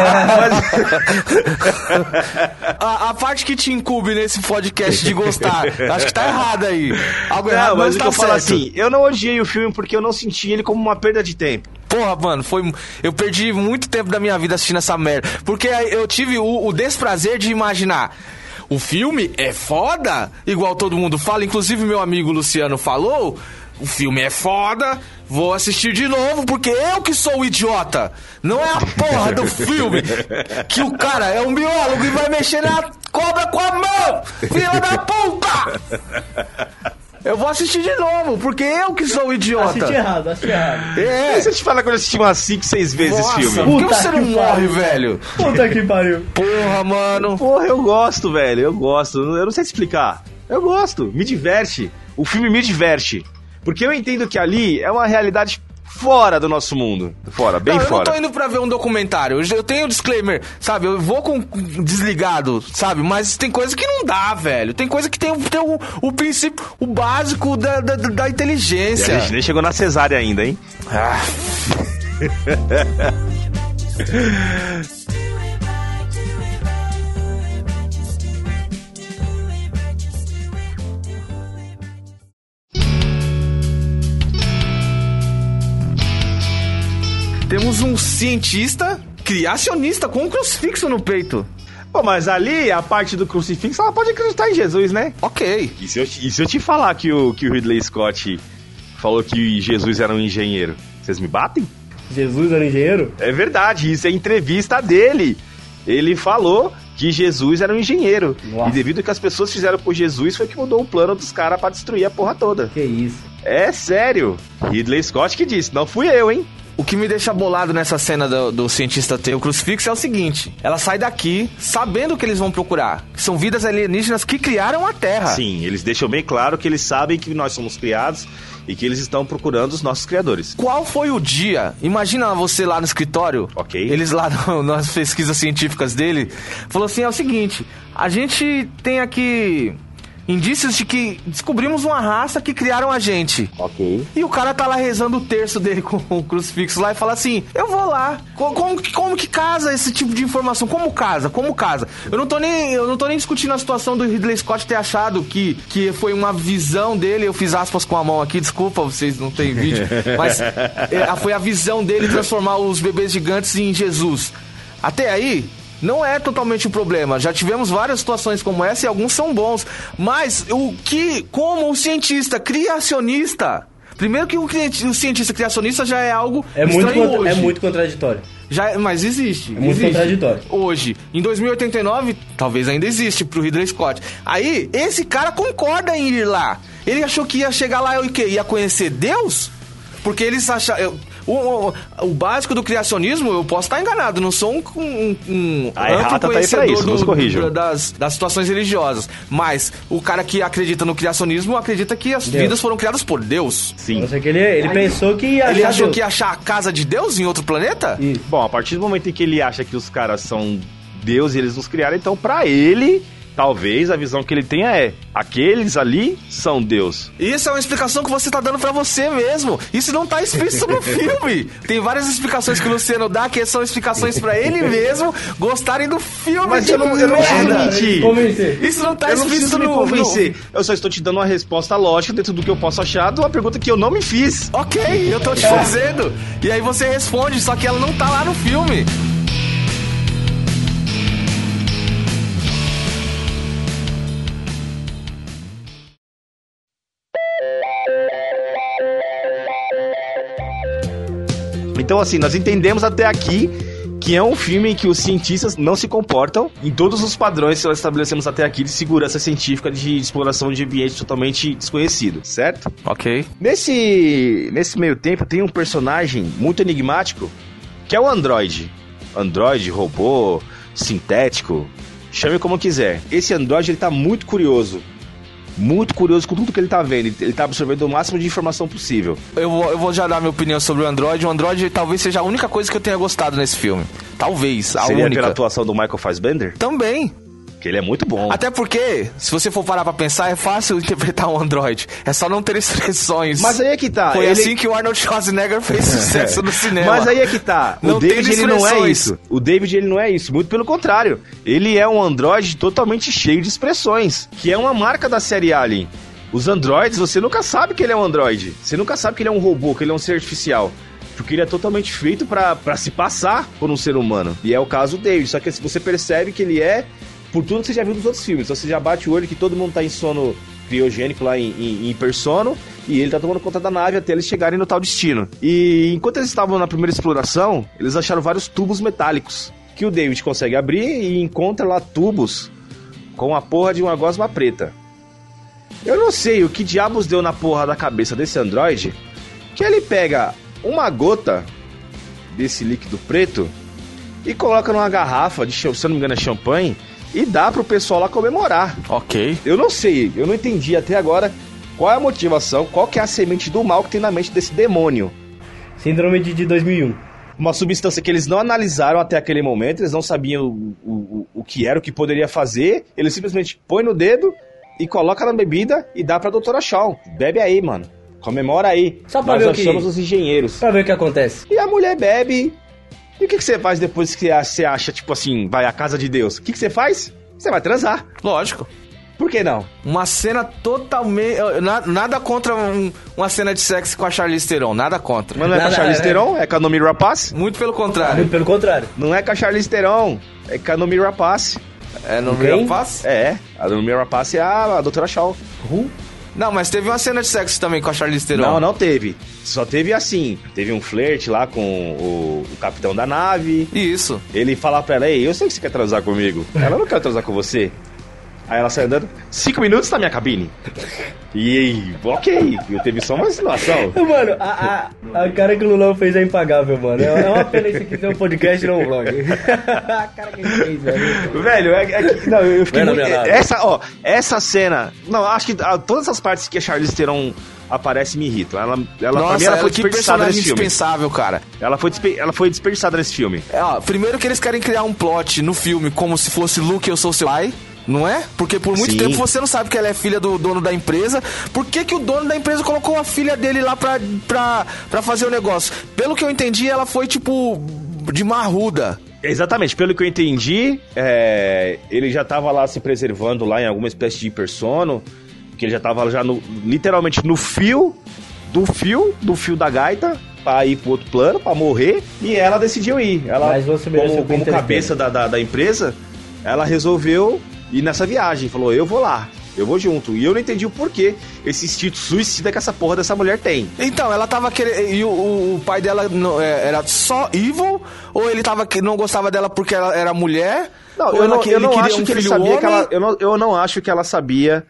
Speaker 3: a, a parte que te incube nesse podcast de gostar, acho que tá errado aí. Algo
Speaker 4: não,
Speaker 3: errado,
Speaker 4: mas
Speaker 3: mas
Speaker 4: o
Speaker 3: tá
Speaker 4: que eu
Speaker 3: certo.
Speaker 4: falo assim, eu não odiei o filme porque eu não senti ele como uma perda de tempo.
Speaker 3: Porra, mano, foi. Eu perdi muito tempo da minha vida assistindo essa merda. Porque eu tive o, o desprazer de imaginar. O filme é foda, igual todo mundo fala, inclusive meu amigo Luciano falou. O filme é foda, vou assistir de novo, porque eu que sou o idiota. Não é a porra do filme que o cara é um biólogo e vai mexer na cobra com a mão. Filha da puta! Eu vou assistir de novo, porque eu que sou o idiota.
Speaker 5: Assisti errado, assisti errado.
Speaker 3: É.
Speaker 4: E se eu te falar quando eu assisti umas cinco, seis vezes
Speaker 3: Nossa,
Speaker 4: esse filme?
Speaker 3: por que
Speaker 5: Puta
Speaker 3: você
Speaker 5: que
Speaker 3: não morre,
Speaker 5: pariu.
Speaker 3: velho?
Speaker 5: Puta que pariu.
Speaker 3: Porra, mano.
Speaker 4: Porra, eu gosto, velho, eu gosto. Eu não sei te explicar. Eu gosto, me diverte. O filme me diverte. Porque eu entendo que ali é uma realidade fora do nosso mundo. Fora, bem
Speaker 3: não, eu
Speaker 4: fora.
Speaker 3: não tô indo pra ver um documentário. Eu, eu tenho um disclaimer, sabe? Eu vou com com desligado, sabe? Mas tem coisa que não dá, velho. Tem coisa que tem, tem o, o princípio, o básico da, da, da
Speaker 4: E
Speaker 3: inteligência.
Speaker 4: a gente nem chegou na cesárea ainda, hein?
Speaker 3: Ah. Temos um cientista criacionista com um crucifixo no peito.
Speaker 4: Pô, mas ali, a parte do crucifixo, ela pode acreditar em Jesus, né?
Speaker 3: Ok.
Speaker 4: E se eu, e se eu te falar que o, que o Ridley Scott falou que Jesus era um engenheiro, vocês me batem?
Speaker 5: Jesus era engenheiro?
Speaker 4: É verdade, isso é entrevista dele. Ele falou que Jesus era um engenheiro.
Speaker 5: Nossa.
Speaker 4: E devido ao que as pessoas fizeram por Jesus, foi que mudou o plano dos caras pra destruir a porra toda.
Speaker 5: Que isso.
Speaker 4: É sério. Ridley Scott que disse, não fui eu, hein?
Speaker 3: O que me deixa bolado nessa cena do, do cientista ter o crucifixo é o seguinte: ela sai daqui sabendo o que eles vão procurar. São vidas alienígenas que criaram a Terra.
Speaker 4: Sim, eles deixam bem claro que eles sabem que nós somos criados e que eles estão procurando os nossos criadores.
Speaker 3: Qual foi o dia? Imagina você lá no escritório.
Speaker 4: Ok.
Speaker 3: Eles lá no, nas pesquisas científicas dele. Falou assim, é o seguinte: a gente tem aqui indícios de que descobrimos uma raça que criaram a gente.
Speaker 4: Ok.
Speaker 3: E o cara tá lá rezando o terço dele com o crucifixo lá e fala assim, eu vou lá. Co- Como, que- como que casa esse tipo de informação? Como casa? Como casa? Eu não tô nem, eu não tô nem discutindo a situação do Ridley Scott ter achado que, que foi uma visão dele. Eu fiz aspas com a mão aqui, desculpa, vocês não tem vídeo. Mas é, foi a visão dele transformar os bebês gigantes em Jesus. Até aí, não é totalmente o problema. Já tivemos várias situações como essa e alguns são bons. Mas o que, como o cientista criacionista... Primeiro que o, cri- o cientista criacionista já é algo
Speaker 5: É muito,
Speaker 3: estranho
Speaker 5: contra- é
Speaker 3: hoje.
Speaker 5: muito contraditório.
Speaker 3: Já, é- mas existe.
Speaker 5: É muito
Speaker 3: existe.
Speaker 5: contraditório.
Speaker 3: Hoje, em dois mil e oitenta e nove, talvez ainda existe pro Ridley Scott. Aí, esse cara concorda em ir lá. Ele achou que ia chegar lá e o quê? Ia conhecer Deus? Porque eles acharam... O, o, o básico do criacionismo, eu posso estar enganado, não sou um, um, um
Speaker 4: A errata tá aí pra isso, nos corrijam.
Speaker 3: das, das situações religiosas. Mas o cara que acredita no criacionismo acredita que as
Speaker 5: Deus.
Speaker 3: vidas foram criadas por Deus.
Speaker 4: Sim.
Speaker 5: Eu sei que ele, ele pensou que ia
Speaker 3: Ele
Speaker 5: achar
Speaker 3: achou
Speaker 5: Deus.
Speaker 3: que ia achar a casa de Deus em outro planeta?
Speaker 5: Isso.
Speaker 4: Bom, a partir do momento em que ele acha que os caras são Deus e eles nos criaram, então pra ele, talvez a visão que ele tenha é, aqueles ali são Deus.
Speaker 3: Isso é uma explicação que você tá dando pra você mesmo. Isso não tá explícito no filme. Tem várias explicações que o Luciano dá que são explicações pra ele mesmo gostarem do filme.
Speaker 4: Mas
Speaker 3: de
Speaker 4: eu não- eu não preciso
Speaker 3: merda.
Speaker 4: mentir.
Speaker 5: Convencer.
Speaker 3: Isso não tá
Speaker 4: Eu não
Speaker 3: explícito
Speaker 4: preciso me
Speaker 3: no...
Speaker 4: convencer. Eu só estou te dando uma resposta lógica dentro do que eu posso achar de uma pergunta que eu não me fiz.
Speaker 3: no- Ok, eu tô te fazendo. E aí você responde, só que ela não tá lá no filme.
Speaker 4: Então, assim, nós entendemos até aqui que é um filme em que os cientistas não se comportam em todos os padrões que nós estabelecemos até aqui de segurança científica de exploração de ambiente totalmente desconhecido, certo?
Speaker 3: Ok.
Speaker 4: Nesse, nesse meio tempo tem um personagem muito enigmático que é o Android. Android, robô, sintético, chame como quiser. Esse Android ele tá muito curioso. Muito curioso com tudo que ele tá vendo. Ele tá absorvendo o máximo de informação possível.
Speaker 3: Eu vou, eu vou já dar minha opinião sobre o Android. O Android talvez seja a única coisa que eu tenha gostado nesse filme. Talvez, a
Speaker 4: Seria
Speaker 3: única.
Speaker 4: pela atuação do Michael Fassbender?
Speaker 3: Também.
Speaker 4: Que ele é muito bom.
Speaker 3: Até porque, se você for parar pra pensar, é fácil interpretar um androide. É só não ter expressões.
Speaker 4: Mas aí é que tá.
Speaker 3: Foi
Speaker 4: ele...
Speaker 3: assim que o Arnold Schwarzenegger fez sucesso no cinema.
Speaker 4: Mas aí é que tá. O
Speaker 3: Não
Speaker 4: David,
Speaker 3: tem
Speaker 4: ele não é
Speaker 3: expressões.
Speaker 4: isso. O David, ele não é isso. Muito pelo contrário. Ele é um androide totalmente cheio de expressões. Que é uma marca da série Alien. Os androides, você nunca sabe que ele é um androide. Você nunca sabe que ele é um robô, que ele é um ser artificial. Porque ele é totalmente feito pra, pra se passar por um ser humano. E é o caso do David. Só que você percebe que ele é... por tudo que você já viu nos outros filmes. Então você já bate o olho que todo mundo tá em sono criogênico lá em, em, em Persona, e ele tá tomando conta da nave até eles chegarem no tal destino. E enquanto eles estavam na primeira exploração, eles acharam vários tubos metálicos, que o David consegue abrir e encontra lá tubos com a porra de uma gosma preta. Eu não sei o que diabos deu na porra da cabeça desse androide, que ele pega uma gota desse líquido preto e coloca numa garrafa de, se eu não me engano, é champanhe, e dá pro pessoal lá comemorar.
Speaker 3: Ok.
Speaker 4: Eu não sei, eu não entendi até agora qual é a motivação, qual que é a semente do mal que tem na mente desse demônio.
Speaker 5: Síndrome de, de dois mil e um.
Speaker 4: Uma substância que eles não analisaram até aquele momento, eles não sabiam o, o, o que era, o que poderia fazer. Eles simplesmente põem no dedo e coloca na bebida e dá pra doutora Shaw. Bebe aí, mano. Comemora aí.
Speaker 5: Só pra
Speaker 4: Nós
Speaker 5: ver o que...
Speaker 4: somos os engenheiros.
Speaker 5: Pra ver o que acontece.
Speaker 4: E a mulher bebe. E o que, que você faz depois que você acha, tipo assim, vai à casa de Deus? O que, que você faz? Você vai transar.
Speaker 3: Lógico.
Speaker 4: Por que não?
Speaker 3: Uma cena totalmente... na- Nada contra um- uma cena de sexo com a Charlize Theron. Nada contra.
Speaker 4: Mas não é com a
Speaker 5: Nada,
Speaker 4: Charlize
Speaker 5: é-
Speaker 4: Theron? É com a Noomi Rapace?
Speaker 3: Muito pelo contrário.
Speaker 5: Muito pelo contrário.
Speaker 4: Não é com a Charlize Theron. É com a Noomi Rapace.
Speaker 3: É no
Speaker 5: Quem?
Speaker 3: meu face?
Speaker 4: É, a Noomi Rapace é a, a doutora Shaw.
Speaker 3: Não, mas teve uma cena de sexo também com a Charlize Theron.
Speaker 4: Não, não teve. Só teve assim. Teve um flerte lá com o, o capitão da nave.
Speaker 3: Isso.
Speaker 4: Ele fala pra ela, ei, eu sei que você quer transar comigo. Ela não quer transar com você. Aí ela sai andando, cinco minutos na minha cabine. E, ok, eu teve só uma insinuação.
Speaker 5: Mano, a, a, a cara que o Lulão fez é impagável, mano. É uma pena isso aqui ser um podcast e não um vlog. A cara que ele fez, velho.
Speaker 4: Velho, é, é que, não, eu fiquei
Speaker 5: Não é
Speaker 4: muito,
Speaker 5: na minha nave.
Speaker 4: essa, ó, essa cena, não, acho que ah, todas as partes que a Charlize Theron aparece me irritam. Ela, ela, pra
Speaker 3: Nossa,
Speaker 4: mim, ela foi
Speaker 3: que
Speaker 4: desperdiçada
Speaker 3: personagem
Speaker 4: nesse filme.
Speaker 3: dispensável, cara.
Speaker 4: Ela foi, despe- ela foi desperdiçada nesse filme.
Speaker 3: É, ó, primeiro que eles querem criar um plot no filme como se fosse Luke, eu sou seu pai. Não é? Porque por muito
Speaker 4: Sim.
Speaker 3: tempo você não sabe que ela é filha do dono da empresa. Por que, que o dono da empresa colocou a filha dele lá pra, pra, pra fazer o negócio? Pelo que eu entendi, ela foi tipo de marruda.
Speaker 4: Exatamente, pelo que eu entendi, é, ele já tava lá se preservando lá em alguma espécie de hipersono, que ele já tava já no, literalmente no fio do fio, do fio da gaita, pra ir pro outro plano, pra morrer, e ela decidiu ir. Ela,
Speaker 5: Mas você merece
Speaker 4: como,
Speaker 5: o
Speaker 4: como
Speaker 5: Peter
Speaker 4: cabeça da, da, da empresa, ela resolveu ir nessa viagem, falou, eu vou lá. Eu vou junto. E eu não entendi o porquê esse instinto suicida que essa porra dessa mulher tem.
Speaker 3: Então, ela tava querendo. E o, o pai dela não, é, era só evil? Ou ele tava, que- não gostava dela porque ela era mulher?
Speaker 4: Não,
Speaker 3: ou
Speaker 4: eu
Speaker 3: ela
Speaker 4: não,
Speaker 3: que-
Speaker 4: eu
Speaker 3: ele
Speaker 4: não
Speaker 3: queria
Speaker 4: acho
Speaker 3: um
Speaker 4: que ele
Speaker 3: filho
Speaker 4: sabia que
Speaker 3: homem?
Speaker 4: ela. Eu não, eu não acho que ela sabia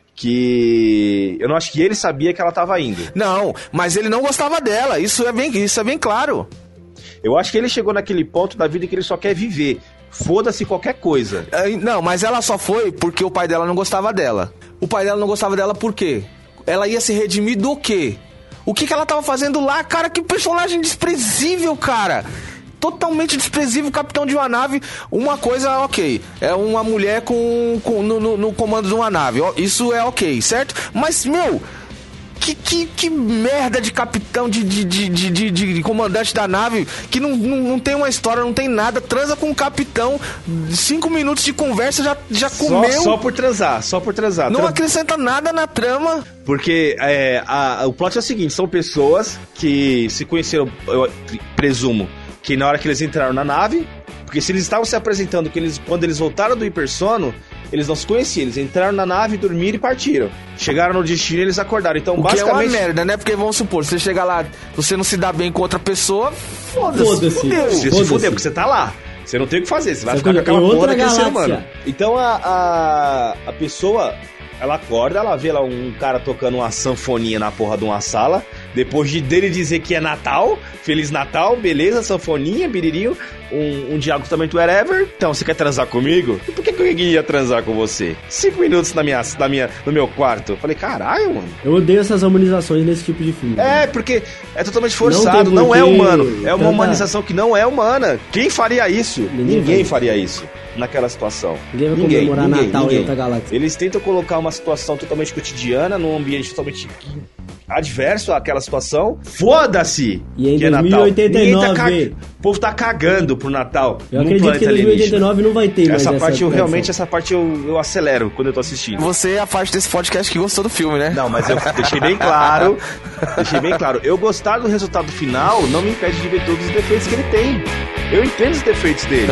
Speaker 4: que. Eu não acho que ele sabia que ela tava indo.
Speaker 3: Não, mas ele não gostava dela. Isso é bem, isso é bem claro.
Speaker 4: Eu acho que ele chegou naquele ponto da vida que ele só quer viver. Foda-se qualquer coisa.
Speaker 3: É, Não, mas ela só foi porque o pai dela não gostava dela. O pai dela não gostava dela por quê? Ela ia se redimir do quê? O que, que ela tava fazendo lá? Cara, que personagem desprezível, cara. Totalmente desprezível, capitão de uma nave. Uma coisa, ok. É uma mulher com, com no, no- no comando de uma nave. Ó, isso é ok, certo? Mas, meu... Que, que, que merda de capitão, de, de, de, de, de- de comandante da nave, que não, não, não tem uma história, não tem nada, transa com o capitão, cinco minutos de conversa, já, já
Speaker 4: Só,
Speaker 3: comeu,
Speaker 4: só por transar, só por transar.
Speaker 3: não
Speaker 4: Tran-
Speaker 3: acrescenta nada na trama.
Speaker 4: Porque é, a- o plot é o seguinte: são pessoas que se conheceram, eu presumo, que na hora que eles entraram na nave, porque se eles estavam se apresentando, que eles, quando eles voltaram do hipersono, eles não se conheciam, eles entraram na nave, dormiram e partiram. Chegaram no destino e eles acordaram. Então,
Speaker 3: O que é uma
Speaker 4: basicamente.
Speaker 3: merda, né? Porque vamos supor, você chega lá, você não se dá bem com outra pessoa, foda-se.
Speaker 6: Foda-se.
Speaker 3: fudeu.
Speaker 4: Você se
Speaker 6: Foda-se.
Speaker 4: fuder, porque você tá lá. Você não tem o que fazer, você vai
Speaker 6: Só
Speaker 4: ficar
Speaker 6: que
Speaker 4: com aquela
Speaker 6: em outra
Speaker 4: porra daquele ser
Speaker 6: galáxia.
Speaker 4: humano. Então a, a, a pessoa, ela acorda, ela vê lá um cara tocando uma sanfoninha na porra de uma sala, Depois de dele dizer que é Natal, Feliz Natal, beleza, sanfoninha, biririnho, um, um diálogo também do wherever. Então, você quer transar comigo? E por que, que eu ia transar com você? Cinco minutos na minha, na minha, no meu quarto. Eu falei, caralho, mano.
Speaker 6: Eu odeio essas humanizações nesse tipo de filme.
Speaker 4: É, porque é totalmente forçado, não, não é humano. É uma tanta... humanização que não é humana. Quem faria isso? Ninguém, ninguém faria isso naquela situação.
Speaker 6: Ninguém vai
Speaker 4: ninguém,
Speaker 6: comemorar
Speaker 4: ninguém,
Speaker 6: Natal
Speaker 4: ninguém.
Speaker 6: em outra galáxia.
Speaker 4: Eles tentam colocar uma situação totalmente cotidiana, num ambiente totalmente adverso àquela situação. Foda-se!
Speaker 6: E em
Speaker 4: que
Speaker 6: dois mil e oitenta e nove...
Speaker 4: é Natal. O povo tá cagando pro Natal.
Speaker 6: Eu acredito que em dois mil e oitenta e nove não vai ter
Speaker 4: essa
Speaker 6: mais
Speaker 4: parte
Speaker 6: essa
Speaker 4: eu realmente, essa parte eu, eu acelero quando eu tô assistindo.
Speaker 3: Você é a parte desse podcast que gostou do filme, né?
Speaker 4: Não, mas eu deixei bem claro. Deixei bem claro. Eu gostar do resultado final não me impede de ver todos os defeitos que ele tem. Eu entendo os defeitos dele.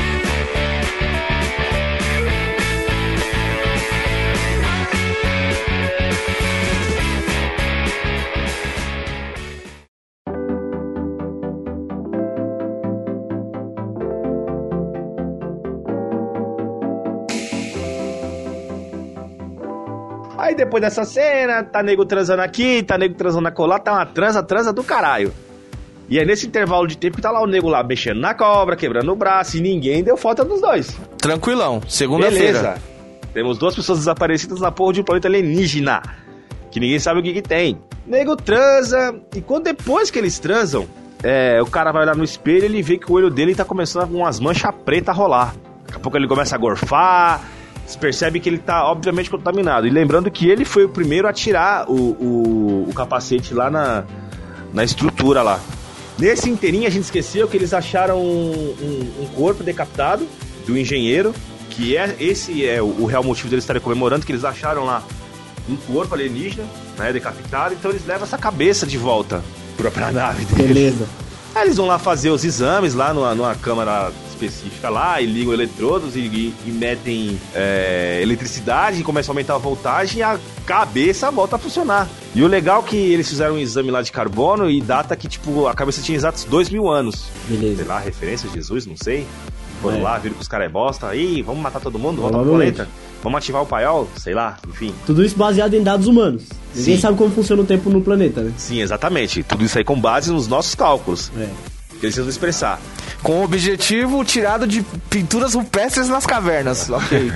Speaker 4: Aí depois dessa cena, tá nego transando aqui, tá nego transando acolá, tá uma transa, transa do caralho. E é nesse intervalo de tempo que tá lá o nego lá mexendo na cobra, quebrando o braço, e ninguém deu falta dos dois.
Speaker 3: Tranquilão, segunda-feira.
Speaker 4: Beleza. Temos duas pessoas desaparecidas na porra de um planeta alienígena, que ninguém sabe o que que tem. Nego transa, e quando depois que eles transam, é, o cara vai olhar no espelho e ele vê que o olho dele tá começando com umas manchas pretas a rolar. Daqui a pouco ele começa a gorfar. Você percebe que ele tá, obviamente, contaminado. E lembrando que ele foi o primeiro a tirar o, o, o capacete lá na, na estrutura lá. Nesse inteirinho, a gente esqueceu que eles acharam um, um, um corpo decapitado do engenheiro, que é esse é o, o real motivo deles estarem comemorando, que eles acharam lá um corpo alienígena, né, decapitado. Então eles levam essa cabeça de volta pra, pra nave deles.
Speaker 6: Beleza.
Speaker 4: Aí eles vão lá fazer os exames lá numa, numa câmara específica lá, e ligam eletrodos e, e, e metem é, eletricidade, e começam a aumentar a voltagem e a cabeça volta a funcionar. E o legal é que eles fizeram um exame lá de carbono e data que, tipo, a cabeça tinha exatos dois mil anos.
Speaker 6: Beleza.
Speaker 4: Sei lá, referência a Jesus, não sei. Foram
Speaker 6: é.
Speaker 4: lá, viram que os caras é bosta. Aí, vamos matar todo mundo, volta pro planeta. Vamos ativar o paiol, sei lá, enfim.
Speaker 6: Tudo isso baseado em dados humanos. Ninguém
Speaker 4: Sim.
Speaker 6: sabe como funciona o tempo no planeta, né?
Speaker 4: Sim, exatamente. Tudo isso aí com base nos nossos cálculos.
Speaker 6: É.
Speaker 4: Que eles precisam expressar.
Speaker 3: Com o objetivo tirado de pinturas rupestres nas cavernas. Ok.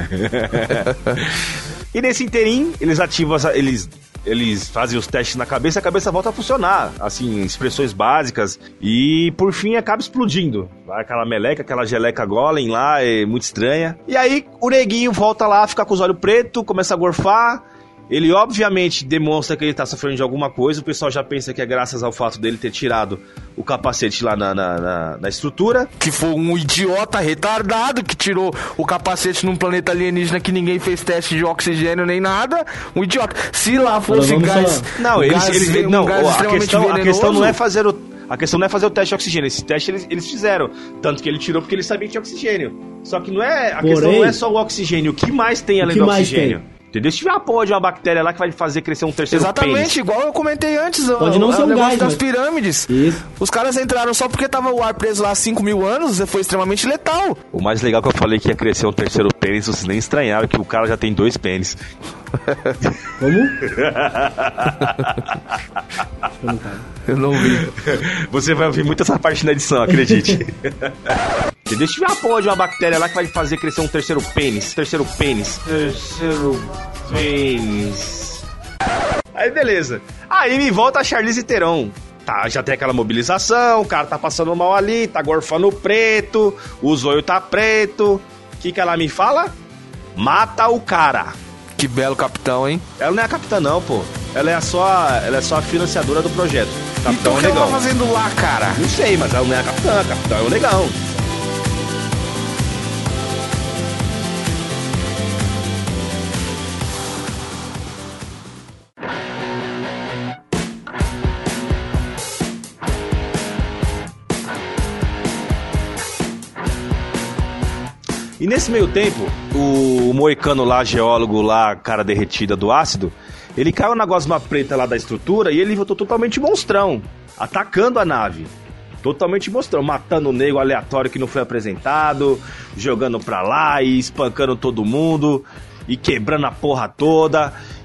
Speaker 4: E nesse inteirinho, eles ativam, as, eles, eles fazem os testes na cabeça e a cabeça volta a funcionar. Assim, expressões básicas. E por fim acaba explodindo. Vai aquela meleca, aquela geleca golem lá, é muito estranha. E aí o neguinho volta lá, fica com os olhos pretos, começa a gorfar. Ele obviamente demonstra que ele tá sofrendo de alguma coisa. O pessoal já pensa que é graças ao fato dele ter tirado o capacete lá na, na, na, na estrutura.
Speaker 3: Que foi um idiota retardado que tirou o capacete num planeta alienígena que ninguém fez teste de oxigênio nem nada. Um idiota. Se lá fosse gás...
Speaker 4: Não, eles,
Speaker 3: gás,
Speaker 4: eles,
Speaker 3: um
Speaker 4: não
Speaker 3: gás
Speaker 4: a, questão, a questão não é fazer o... A questão não é fazer o teste de oxigênio. Esse teste eles, eles fizeram. Tanto que ele tirou porque ele sabia que tinha oxigênio. Só que não é... A
Speaker 6: Porém,
Speaker 4: questão não é só o oxigênio. O que mais tem além do oxigênio? Tem? Entendeu? Se tiver uma porra de uma bactéria lá que vai fazer crescer um terceiro
Speaker 3: Exatamente,
Speaker 4: pênis.
Speaker 3: igual eu comentei antes.
Speaker 6: Pode
Speaker 3: o,
Speaker 6: não ser um
Speaker 3: negócio
Speaker 6: gás,
Speaker 3: das
Speaker 6: mas...
Speaker 3: pirâmides.
Speaker 6: Isso.
Speaker 3: Os caras entraram só porque tava o ar preso lá há cinco mil anos e foi extremamente letal.
Speaker 4: O mais legal que eu falei que ia crescer um terceiro pênis, vocês nem estranharam que o cara já tem dois pênis.
Speaker 6: Como?
Speaker 3: Eu não vi.
Speaker 4: Você vai ouvir muito essa parte na edição, acredite. Entendeu? Se tiver uma porra de uma bactéria lá que vai fazer crescer um terceiro pênis. Terceiro pênis. Terceiro pênis. Aí beleza. Aí me volta a Charlize Theron. Tá, já tem aquela mobilização, o cara tá passando mal ali, tá gorfando preto, o zóio tá preto. O que que ela me fala? Mata o cara.
Speaker 3: Que belo capitão, hein?
Speaker 4: Ela não é a capitã não, pô. Ela é só a, ela é só a financiadora do projeto. Capitão
Speaker 3: então o
Speaker 4: é
Speaker 3: que
Speaker 4: o negão.
Speaker 3: ela tá fazendo lá, cara?
Speaker 4: Não sei, mas ela não é a capitã. A capitã é o negão. E nesse meio tempo, o moicano lá, geólogo lá, cara derretida do ácido, ele caiu na gosma preta lá da estrutura e ele voltou totalmente monstrão, atacando a nave. Totalmente monstrão, matando o nego aleatório que não foi apresentado, jogando pra lá e espancando todo mundo, e quebrando a porra toda.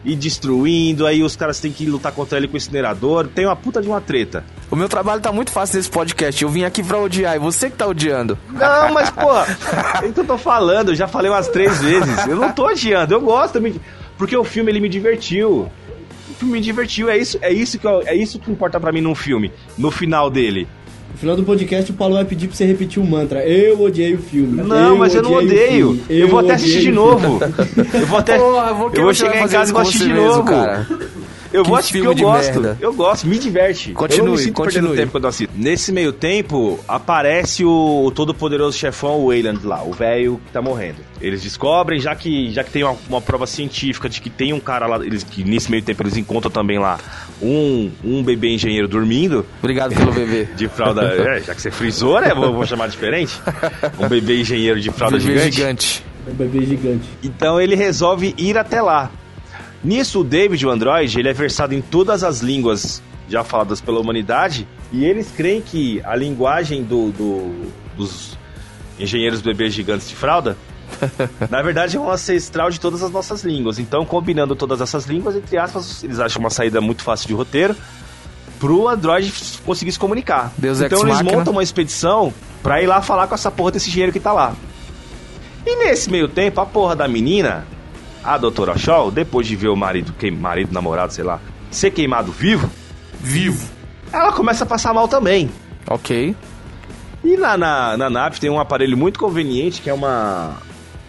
Speaker 4: ir destruindo, aí os caras têm que lutar contra ele com o incinerador. Tem uma puta de uma treta.
Speaker 3: O meu trabalho tá muito fácil nesse podcast. Eu vim aqui pra odiar e você que tá odiando.
Speaker 4: Não, mas, porra, é o que eu tô falando. Eu já falei umas três vezes. Eu não tô odiando, eu gosto. Me... Porque o filme, ele me divertiu. O filme me divertiu. É isso, é isso, que, eu, é isso que importa pra mim num filme. No final dele.
Speaker 6: No final do podcast, o Paulo vai pedir pra você repetir o mantra. Eu odiei o filme.
Speaker 4: Não,
Speaker 6: eu
Speaker 4: mas eu não odeio. Eu, eu vou até assistir de novo. Eu vou até.
Speaker 3: Porra, eu vou,
Speaker 4: eu vou chegar em casa e vou assistir de novo.
Speaker 3: Cara.
Speaker 4: Eu
Speaker 3: Que
Speaker 4: vou assistir porque eu gosto. Merda. Eu gosto, me diverte.
Speaker 3: Continue,
Speaker 4: eu não me sinto
Speaker 3: continue.
Speaker 4: perdendo tempo quando eu assisto. Nesse meio tempo, aparece o, o todo-poderoso chefão Wayland lá, o velho que tá morrendo. Eles descobrem, já que, já que tem uma, uma prova científica de que tem um cara lá, eles, que nesse meio tempo eles encontram também lá um, um bebê engenheiro dormindo.
Speaker 3: Obrigado pelo bebê.
Speaker 4: De fralda, é, já que você frisou, né? Vou, vou chamar diferente. Um bebê engenheiro de fralda
Speaker 3: bebê
Speaker 4: gigante.
Speaker 3: gigante.
Speaker 6: Um bebê gigante.
Speaker 4: Então ele resolve ir até lá. Nisso, o David, o androide, ele é versado em todas as línguas já faladas pela humanidade, e eles creem que a linguagem do, do, dos engenheiros bebês gigantes de fralda, na verdade, é um ancestral de todas as nossas línguas. Então, combinando todas essas línguas, entre aspas, eles acham uma saída muito fácil de roteiro pro androide conseguir se comunicar.
Speaker 3: Deus
Speaker 4: então,
Speaker 3: ex
Speaker 4: eles
Speaker 3: máquina.
Speaker 4: montam uma expedição pra ir lá falar com essa porra desse engenheiro que tá lá. E nesse meio tempo, a porra da menina... A doutora Shaw, depois de ver o marido, queim, marido, namorado, sei lá, ser queimado vivo,
Speaker 3: Vivo.
Speaker 4: ela começa a passar mal também.
Speaker 3: Ok.
Speaker 4: E na, na, na nave tem um aparelho muito conveniente, que é uma...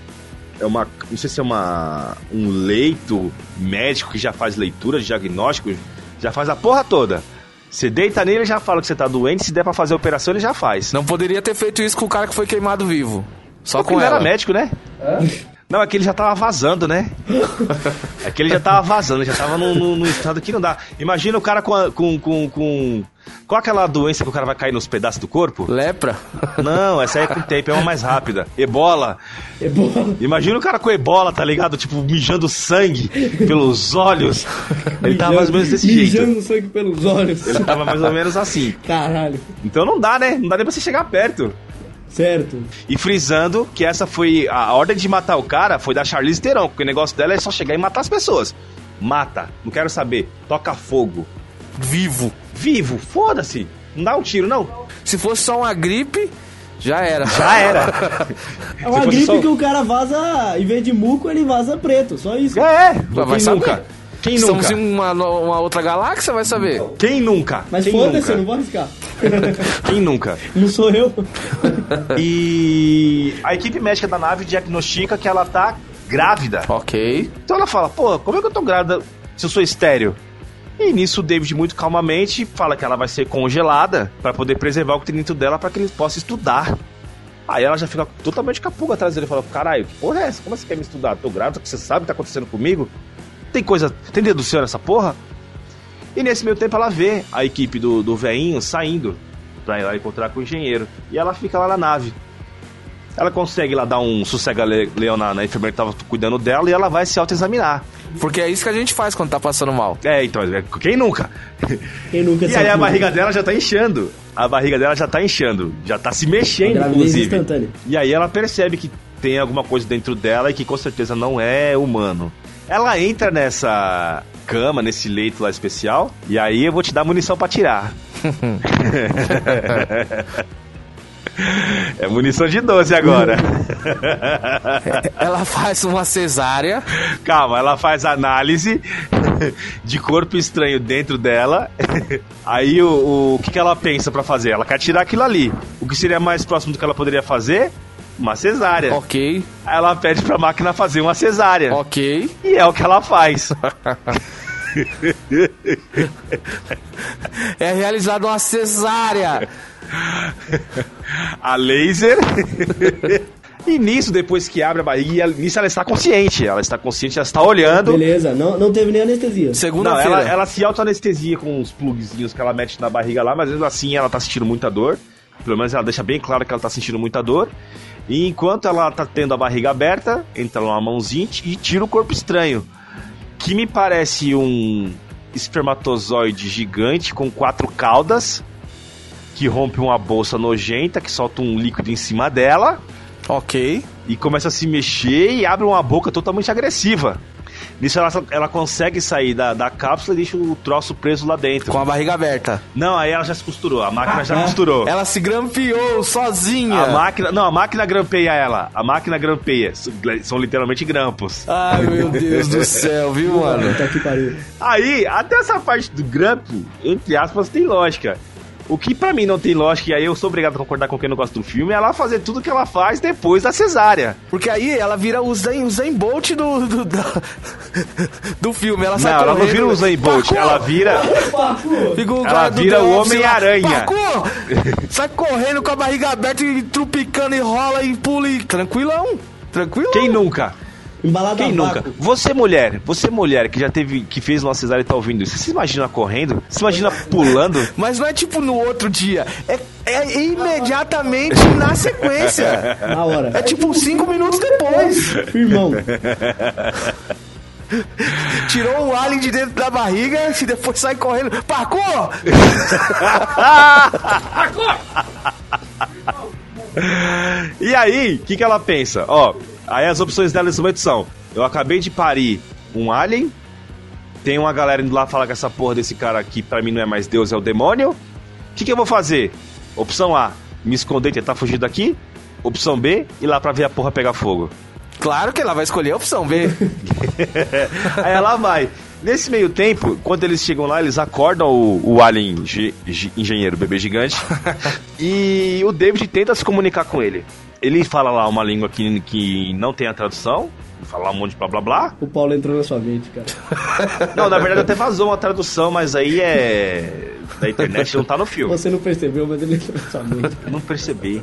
Speaker 4: É uma... Não sei se é uma... Um leito médico que já faz leitura de diagnóstico, já faz a porra toda. Você deita nele, ele já fala que você tá doente, se der pra fazer a operação, ele já faz.
Speaker 3: Não poderia ter feito isso com o cara que foi queimado vivo. Só
Speaker 4: Porque
Speaker 3: com
Speaker 4: ele
Speaker 3: ela.
Speaker 4: era médico, né? É? Não, é que ele já tava vazando, né? É que ele já tava vazando, já tava num, num, num estado que não dá. Imagina o cara com, a, com, com, com... Qual aquela doença que o cara vai cair nos pedaços do corpo?
Speaker 3: Lepra?
Speaker 4: Não, essa aí é com tempo, é uma mais rápida. Ebola.
Speaker 6: Ebola.
Speaker 4: Imagina o cara com ebola, tá ligado? Tipo, mijando sangue pelos olhos. Ele tava mais ou menos desse jeito.
Speaker 6: Mijando sangue pelos olhos.
Speaker 4: Ele tava mais ou menos assim.
Speaker 6: Caralho.
Speaker 4: Então não dá, né? Não dá nem pra você chegar perto.
Speaker 6: Certo.
Speaker 4: E frisando que essa foi... A ordem de matar o cara foi da Charlize Theron, porque o negócio dela é só chegar e matar as pessoas. Mata. Não quero saber. Toca fogo.
Speaker 3: Vivo.
Speaker 4: Vivo. Foda-se. Não dá um tiro, não.
Speaker 3: Se fosse só uma gripe, já era.
Speaker 4: Já era.
Speaker 6: É uma
Speaker 4: Se fosse
Speaker 6: gripe
Speaker 4: só-
Speaker 6: que o cara vaza, em vez de muco, ele vaza preto. Só isso.
Speaker 4: É,
Speaker 3: Vai
Speaker 4: quem
Speaker 3: saber.
Speaker 4: nunca? Quem
Speaker 3: Estamos
Speaker 4: nunca?
Speaker 3: em uma, uma outra galáxia, vai saber.
Speaker 4: Quem nunca?
Speaker 6: Mas
Speaker 4: Quem
Speaker 6: foda-se, eu não
Speaker 4: nunca?
Speaker 6: vou arriscar.
Speaker 4: Quem nunca?
Speaker 6: Não sou eu.
Speaker 4: E a equipe médica da nave diagnostica que ela tá grávida.
Speaker 3: Ok.
Speaker 4: Então ela fala, pô, como é que eu tô grávida se eu sou estéreo? E nisso o David, muito calmamente, fala que ela vai ser congelada pra poder preservar o que tem dentro dela pra que ele possa estudar. Aí ela já fica totalmente capuga atrás dele e fala, caralho, que porra é essa? Como você quer me estudar? Tô grávida, você sabe o que tá acontecendo comigo? Tem coisa, tem dedução nessa porra? E nesse meio tempo ela vê a equipe do, do veinho saindo pra ir lá encontrar com o engenheiro. E ela fica lá na nave. Ela consegue lá dar um sossega-leão na, na enfermeira que tava cuidando dela e ela vai se autoexaminar.
Speaker 3: Porque é isso que a gente faz quando tá passando mal.
Speaker 4: É, então, é, quem nunca?
Speaker 6: Quem nunca
Speaker 4: E aí a barriga dela já tá inchando. A barriga dela já tá inchando. Já tá se mexendo,
Speaker 6: Gravidez
Speaker 4: inclusive.
Speaker 6: instantânea.
Speaker 4: E aí ela percebe que tem alguma coisa dentro dela e que com certeza não é humano. Ela entra nessa cama, nesse leito lá especial, e aí eu vou te dar munição pra tirar. É munição de doze agora.
Speaker 3: Ela faz uma cesárea.
Speaker 4: Calma, ela faz análise de corpo estranho dentro dela. Aí o, o, o que, que ela pensa pra fazer? Ela quer tirar aquilo ali. O que seria mais próximo do que ela poderia fazer? Uma cesárea.
Speaker 3: Ok.
Speaker 4: Aí ela pede pra máquina fazer uma cesárea.
Speaker 3: Ok.
Speaker 4: E é o que ela faz.
Speaker 3: É realizada uma cesárea.
Speaker 4: A laser. E nisso, depois que abre a barriga, nisso ela está consciente. Ela está consciente, ela está olhando.
Speaker 6: Beleza, não, não teve nem anestesia.
Speaker 4: Não,
Speaker 3: Segunda-feira.
Speaker 4: ela, ela se auto-anestesia com uns plugzinhos que ela mete na barriga lá, mas mesmo assim ela tá sentindo muita dor. Pelo menos ela deixa bem claro que ela tá sentindo muita dor. E enquanto ela tá tendo a barriga aberta, entra lá uma mãozinha e tira o corpo estranho. Que me parece um espermatozoide gigante com quatro caudas, que rompe uma bolsa nojenta, que solta um líquido em cima dela.
Speaker 3: Ok.
Speaker 4: E começa a se mexer e abre uma boca totalmente agressiva. Nisso ela, ela consegue sair da, da cápsula e deixa o troço preso lá dentro.
Speaker 3: Com a barriga aberta.
Speaker 4: Não, aí ela já se costurou. A máquina já costurou.
Speaker 3: Ela se grampeou sozinha.
Speaker 4: A máquina... Não, a máquina grampeia ela. A máquina grampeia. São literalmente grampos.
Speaker 3: Ai, meu Deus do céu, viu, mano?
Speaker 6: Tá que pariu.
Speaker 4: Aí, até essa parte do grampo, entre aspas, tem lógica. O que pra mim não tem lógica, e aí eu sou obrigado a concordar com quem não gosta do filme, é ela fazer tudo que ela faz depois da cesárea.
Speaker 3: Porque aí ela vira o Zayn, o Zayn Bolt do, do, do, do filme. Ela sai
Speaker 4: Não, ela não
Speaker 3: correndo.
Speaker 4: vira o Zayn Bolt,
Speaker 3: Parkour!
Speaker 4: ela vira...
Speaker 3: Fica o
Speaker 4: Ela
Speaker 3: cara do
Speaker 4: vira
Speaker 3: The
Speaker 4: o
Speaker 3: Office lá,
Speaker 4: Homem-Aranha.
Speaker 3: Parkour! Sai correndo com a barriga aberta e trupicando e rola e pula e... Tranquilão, tranquilão.
Speaker 4: Quem nunca?
Speaker 6: Embalada
Speaker 4: Quem
Speaker 6: a
Speaker 4: nunca?
Speaker 6: vácuo.
Speaker 4: Você mulher, você mulher que já teve, que fez uma cesárea e tá ouvindo isso, você se imagina correndo? Você se imagina pulando?
Speaker 3: Mas não é tipo no outro dia, é, é imediatamente na sequência.
Speaker 6: Na hora.
Speaker 3: É tipo cinco minutos depois.
Speaker 6: Firmão.
Speaker 3: Tirou o alien de dentro da barriga e depois sai correndo. Parkour!
Speaker 4: E aí, o que, que ela pensa? Ó, aí as opções dela nesse momento são: eu acabei de parir um alien, tem uma galera indo lá falar que essa porra desse cara aqui pra mim não é mais Deus, é o demônio. O que, que eu vou fazer? Opção A, me esconder e tentar fugir daqui. Opção B, ir lá pra ver a porra pegar fogo.
Speaker 3: Claro que ela vai escolher a opção B.
Speaker 4: Aí ela vai. Nesse meio tempo, quando eles chegam lá, eles acordam o, o alien gi, gi, engenheiro, bebê gigante. E o David tenta se comunicar com ele. Ele fala lá uma língua que, que não tem a tradução. Fala um monte de blá blá blá.
Speaker 6: O Paulo entrou na sua mente, cara.
Speaker 4: Não, na verdade até vazou uma tradução, mas aí é... da internet, não tá no filme.
Speaker 6: Você não percebeu, mas ele entrou na sua mente.
Speaker 4: Eu não percebi.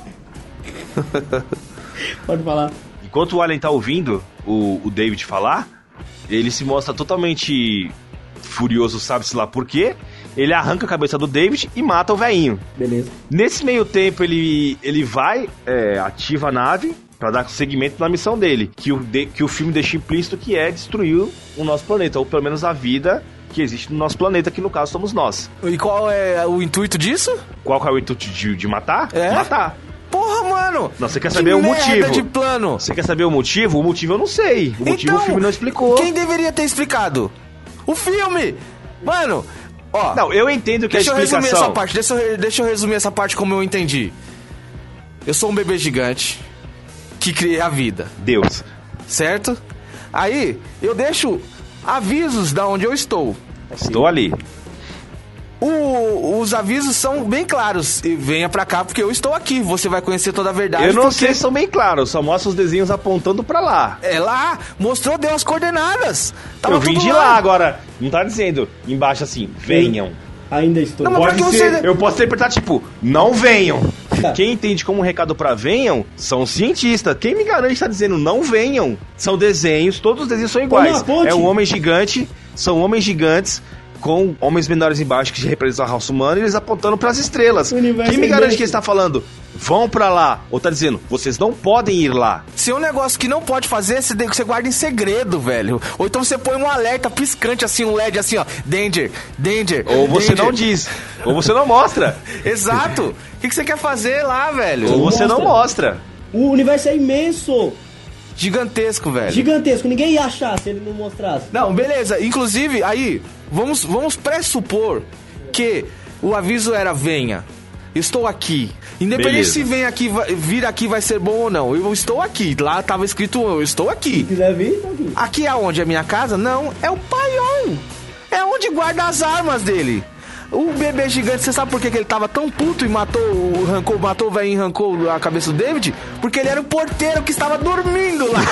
Speaker 6: Pode falar.
Speaker 4: Enquanto o alien tá ouvindo o, o David falar, ele se mostra totalmente furioso, sabe-se lá por quê. Ele arranca a cabeça do David e mata o velhinho.
Speaker 6: Beleza.
Speaker 4: Nesse meio tempo, ele, ele vai, é, ativa a nave pra dar seguimento na missão dele, que o, de, que o filme deixa implícito que é destruir o nosso planeta, ou pelo menos a vida que existe no nosso planeta, que no caso somos nós.
Speaker 3: E qual é o intuito disso?
Speaker 4: Qual que é o intuito de, de matar?
Speaker 3: É?
Speaker 4: Matar.
Speaker 3: Porra, mano!
Speaker 4: Não, você quer
Speaker 3: que
Speaker 4: saber o
Speaker 3: merda
Speaker 4: motivo.
Speaker 3: de plano.
Speaker 4: Você quer saber o motivo? O motivo eu não sei. O motivo
Speaker 3: Então,
Speaker 4: o filme não explicou.
Speaker 3: Quem deveria ter explicado? O filme! Mano, ó...
Speaker 4: Não, eu entendo que
Speaker 3: deixa
Speaker 4: a
Speaker 3: eu resumir
Speaker 4: explicação...
Speaker 3: essa parte, deixa eu, deixa eu resumir essa parte como eu entendi. Eu sou um bebê gigante que criei a vida,
Speaker 4: Deus.
Speaker 3: certo? Aí, eu deixo avisos da onde eu estou.
Speaker 4: Estou ali.
Speaker 3: O, os avisos são bem claros. E venha pra cá porque eu estou aqui. Você vai conhecer toda a verdade.
Speaker 4: Eu não
Speaker 3: porque
Speaker 4: sei se são bem claros, só mostra os desenhos apontando pra lá.
Speaker 3: É lá, mostrou, deu as coordenadas. Tava
Speaker 4: eu vim
Speaker 3: tudo
Speaker 4: de lá. agora. Não tá dizendo embaixo assim, venham.
Speaker 6: Ainda estou.
Speaker 3: Não, mas
Speaker 4: Pode
Speaker 3: porque
Speaker 4: ser,
Speaker 3: você-
Speaker 4: eu posso interpretar tipo, não venham. Quem entende como um recado pra venham são os cientistas. Quem me garante que tá dizendo não venham? São desenhos, todos os desenhos são iguais.
Speaker 6: uma ponte.
Speaker 4: É um homem gigante, são homens gigantes com homens menores embaixo que representam a raça humana e eles apontando pras estrelas.
Speaker 6: O universo
Speaker 4: Quem me
Speaker 6: é
Speaker 4: garante
Speaker 6: imenso.
Speaker 4: que ele está falando, vão pra lá? Ou tá dizendo, vocês não podem ir lá.
Speaker 3: Se é um negócio que não pode fazer, você, você guarda em segredo, velho. Ou então você põe um alerta piscante, assim, um L E D assim, ó. Danger, danger.
Speaker 4: Ou você
Speaker 3: danger.
Speaker 4: não diz, ou você não mostra.
Speaker 3: Exato. O que, que você quer fazer lá, velho?
Speaker 4: Ou você não
Speaker 6: mostra.
Speaker 4: mostra.
Speaker 6: O universo é imenso.
Speaker 3: Gigantesco, velho.
Speaker 6: Gigantesco. Ninguém ia achar se ele não mostrasse.
Speaker 3: Não, beleza. Inclusive, aí, vamos, vamos pressupor que o aviso era venha. Estou aqui. Independente
Speaker 4: Beleza.
Speaker 3: se vem aqui, vai- vir aqui vai ser bom ou não. Eu estou aqui. Lá tava escrito eu estou
Speaker 6: Se
Speaker 3: aqui.
Speaker 6: quiser vir, tá aqui.
Speaker 3: Aqui é onde? É minha casa? Não, é o paiol. É onde guarda as armas dele. O bebê gigante, você sabe por que, que ele tava tão puto e matou o arrancou, matou o velhinho e arrancou a cabeça do David? Porque ele era o porteiro que estava dormindo lá.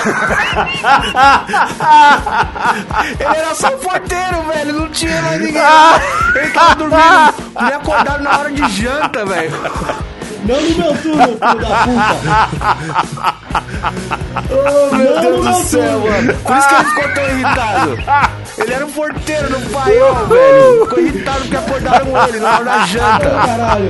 Speaker 3: Ele era só o porteiro, velho. Não tinha mais ninguém. Ele tava dormindo. Me acordaram na hora de janta, velho.
Speaker 6: Não no meu turno, filho da puta.
Speaker 3: Oh, meu
Speaker 6: Não,
Speaker 3: Deus
Speaker 6: não,
Speaker 3: do céu,
Speaker 6: não.
Speaker 3: mano. Por isso que ele ficou tão irritado. Ele era um porteiro no paiol, velho. Ficou irritado porque acordaram ele na hora da
Speaker 6: Ô,
Speaker 3: janta.
Speaker 6: caralho.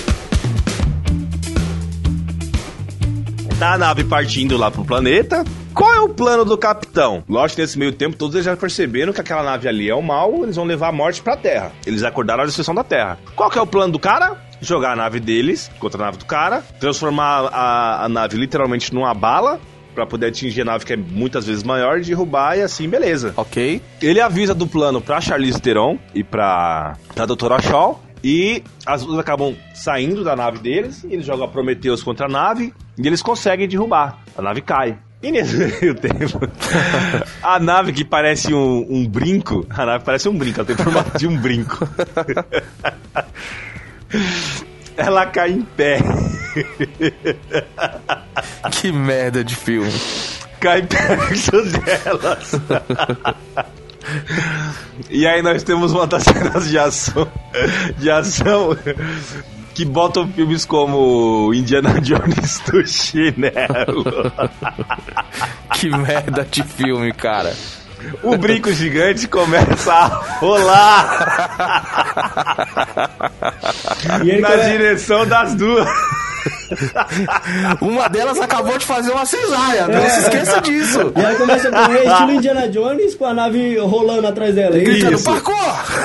Speaker 4: Tá a nave partindo lá pro planeta. Qual é o plano do capitão? Lógico que nesse meio tempo todos eles já perceberam que aquela nave ali é o mal, eles vão levar a morte pra Terra. Eles acordaram a destruição da Terra. Qual que é o plano do cara? Jogar a nave deles contra a nave do cara, transformar a, a nave literalmente numa bala, pra poder atingir a nave que é muitas vezes maior, derrubar e assim, beleza.
Speaker 3: Ok.
Speaker 4: Ele avisa do plano pra Charlize Theron e pra, pra doutora Shaw. E as duas acabam saindo da nave deles, e eles jogam a Prometheus contra a nave, e eles conseguem derrubar. A nave cai. E nesse meio tempo, a nave que parece um, um brinco, a nave parece um brinco, ela tem formato de um brinco. Ela cai em pé.
Speaker 3: Que merda de filme.
Speaker 4: Cai perto delas. E aí nós temos uma das cenas de ação, de ação que botam filmes como Indiana Jones do chinelo.
Speaker 3: Que merda de filme, cara.
Speaker 4: O brinco gigante começa a rolar na come... direção das duas.
Speaker 3: Uma delas acabou de fazer uma cesárea, não é. se esqueça disso.
Speaker 6: E aí começa a correr estilo Indiana Jones com a nave rolando atrás dela.
Speaker 3: Gritando, parkour!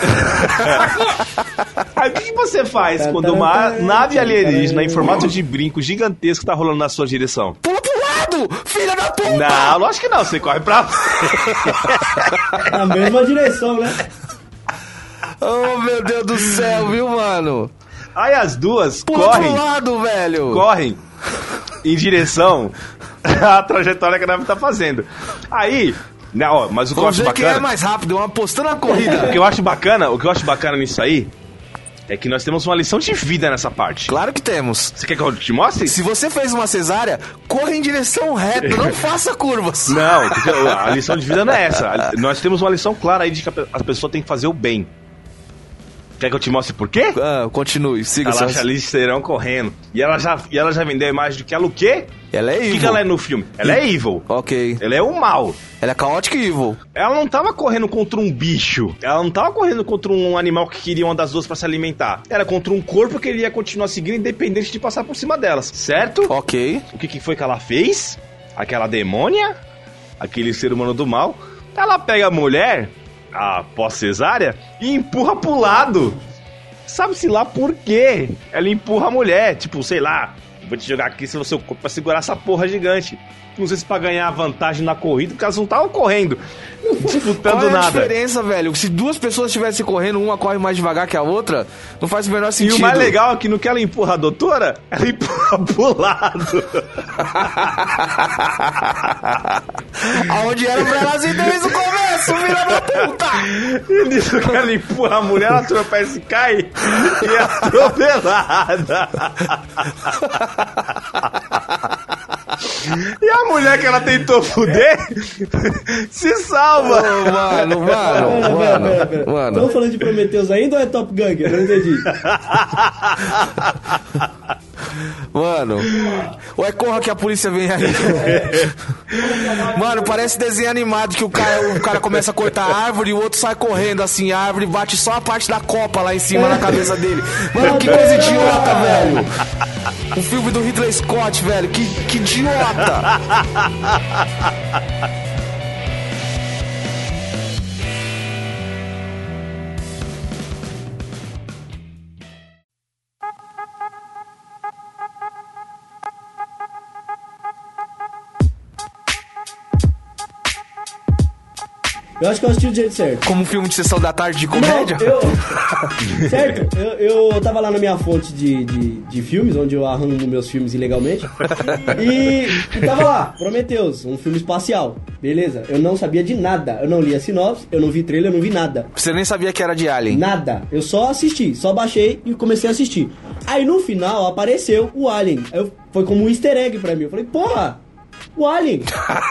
Speaker 4: Aí o que, que você faz quando uma nave alienígena em formato de brinco gigantesco tá rolando na sua direção?
Speaker 3: Pula pro lado, filha da puta!
Speaker 4: Não, lógico que não, você corre pra
Speaker 6: na mesma direção, né?
Speaker 3: Oh, meu Deus do céu, viu, mano?
Speaker 4: Aí as duas
Speaker 3: Pula
Speaker 4: correm,
Speaker 3: pro lado, velho.
Speaker 4: correm em direção à trajetória que a nave tá fazendo. Aí, não, ó, mas o que eu acho bacana...
Speaker 3: quem é mais rápido, apostando na corrida.
Speaker 4: O que eu acho bacana, o que eu acho bacana nisso aí é que nós temos uma lição de vida nessa parte.
Speaker 3: Claro que temos.
Speaker 4: Você quer que eu te mostre?
Speaker 3: Se você fez uma cesárea, corra em direção reta, não faça curvas.
Speaker 4: Não, a lição de vida não é essa. Nós temos uma lição clara aí de que a pessoa tem que fazer o bem. Quer que eu te mostre por quê?
Speaker 3: Ah, continue, siga.
Speaker 4: Ela acha Charlize Theron correndo. E ela, já, e ela já vendeu a imagem de que ela o quê?
Speaker 3: Ela é evil.
Speaker 4: O que, que ela é no filme? Ela é evil.
Speaker 3: Ok.
Speaker 4: Ela é o mal.
Speaker 3: Ela é caótica e evil.
Speaker 4: Ela não tava correndo contra um bicho. Ela não tava correndo contra um animal que queria uma das duas pra se alimentar. Era contra um corpo que ele ia continuar seguindo independente de passar por cima delas. Certo?
Speaker 3: Ok.
Speaker 4: O que, que foi que ela fez? Aquela demônia? Aquele ser humano do mal? Ela pega a mulher, a pós-cesárea, e empurra pro lado. Sabe-se lá por quê? Ela empurra a mulher, tipo, sei lá, vou te jogar aqui no seu corpo pra segurar essa porra gigante. Não sei se pra ganhar vantagem na corrida, porque elas não estavam correndo, disputando
Speaker 3: Qual é
Speaker 4: nada.
Speaker 3: a diferença, velho? Se duas pessoas estivessem correndo, uma corre mais devagar que a outra, não faz o menor sentido.
Speaker 4: E o mais legal é que no que ela empurra a doutora, ela empurra pro lado.
Speaker 3: Aonde era pra elas ir desde o começo, filha da puta!
Speaker 4: E nisso que ela empurra a mulher, ela tropeça e cai, e é atropelada. E a mulher que ela tentou fuder se salva.
Speaker 3: Oh, mano, mano,
Speaker 6: Pera,
Speaker 3: mano,
Speaker 6: pera, pera, pera.
Speaker 3: mano.
Speaker 6: Estamos falando de Prometheus ainda ou é Top Gun? Eu não entendi.
Speaker 3: Mano, ou é corra que a polícia vem aí. Mano, parece desenho animado que o cara, o cara começa a cortar a árvore e o outro sai correndo assim, a árvore bate só a parte da copa lá em cima na cabeça dele. Mano, que coisa idiota, velho. O filme do Ridley Scott, velho, que, que idiota.
Speaker 6: Eu acho que eu assisti do jeito certo.
Speaker 3: Como um filme de sessão da tarde de comédia?
Speaker 6: Não, eu... certo? Eu, eu tava lá na minha fonte de, de, de filmes, onde eu arrumo meus filmes ilegalmente. E, e tava lá, Prometheus, um filme espacial. Beleza, eu não sabia de nada. Eu não li a sinopse, eu não vi trailer, eu não vi nada.
Speaker 3: Você nem sabia que era de Alien?
Speaker 6: Nada. Eu só assisti, só baixei e comecei a assistir. Aí no final apareceu o Alien. Eu, foi como um easter egg pra mim. Eu falei, porra! O Alien.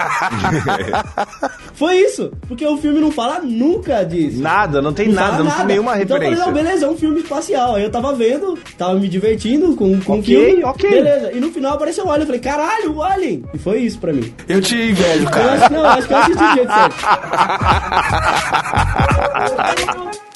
Speaker 6: Foi isso. Porque o filme não fala nunca disso.
Speaker 4: Nada, não tem
Speaker 6: não
Speaker 4: nada, não
Speaker 6: nada.
Speaker 4: tem nenhuma referência.
Speaker 6: Então eu falei, não, beleza, é um filme espacial. Aí eu tava vendo, tava me divertindo com, com
Speaker 4: okay,
Speaker 6: o filme.
Speaker 4: Ok,
Speaker 6: beleza. E no final apareceu o Alien. Eu falei, caralho, o Alien. E foi isso pra mim.
Speaker 3: Eu te invejo, cara.
Speaker 6: Eu acho, não, acho que eu assisti do jeito certo.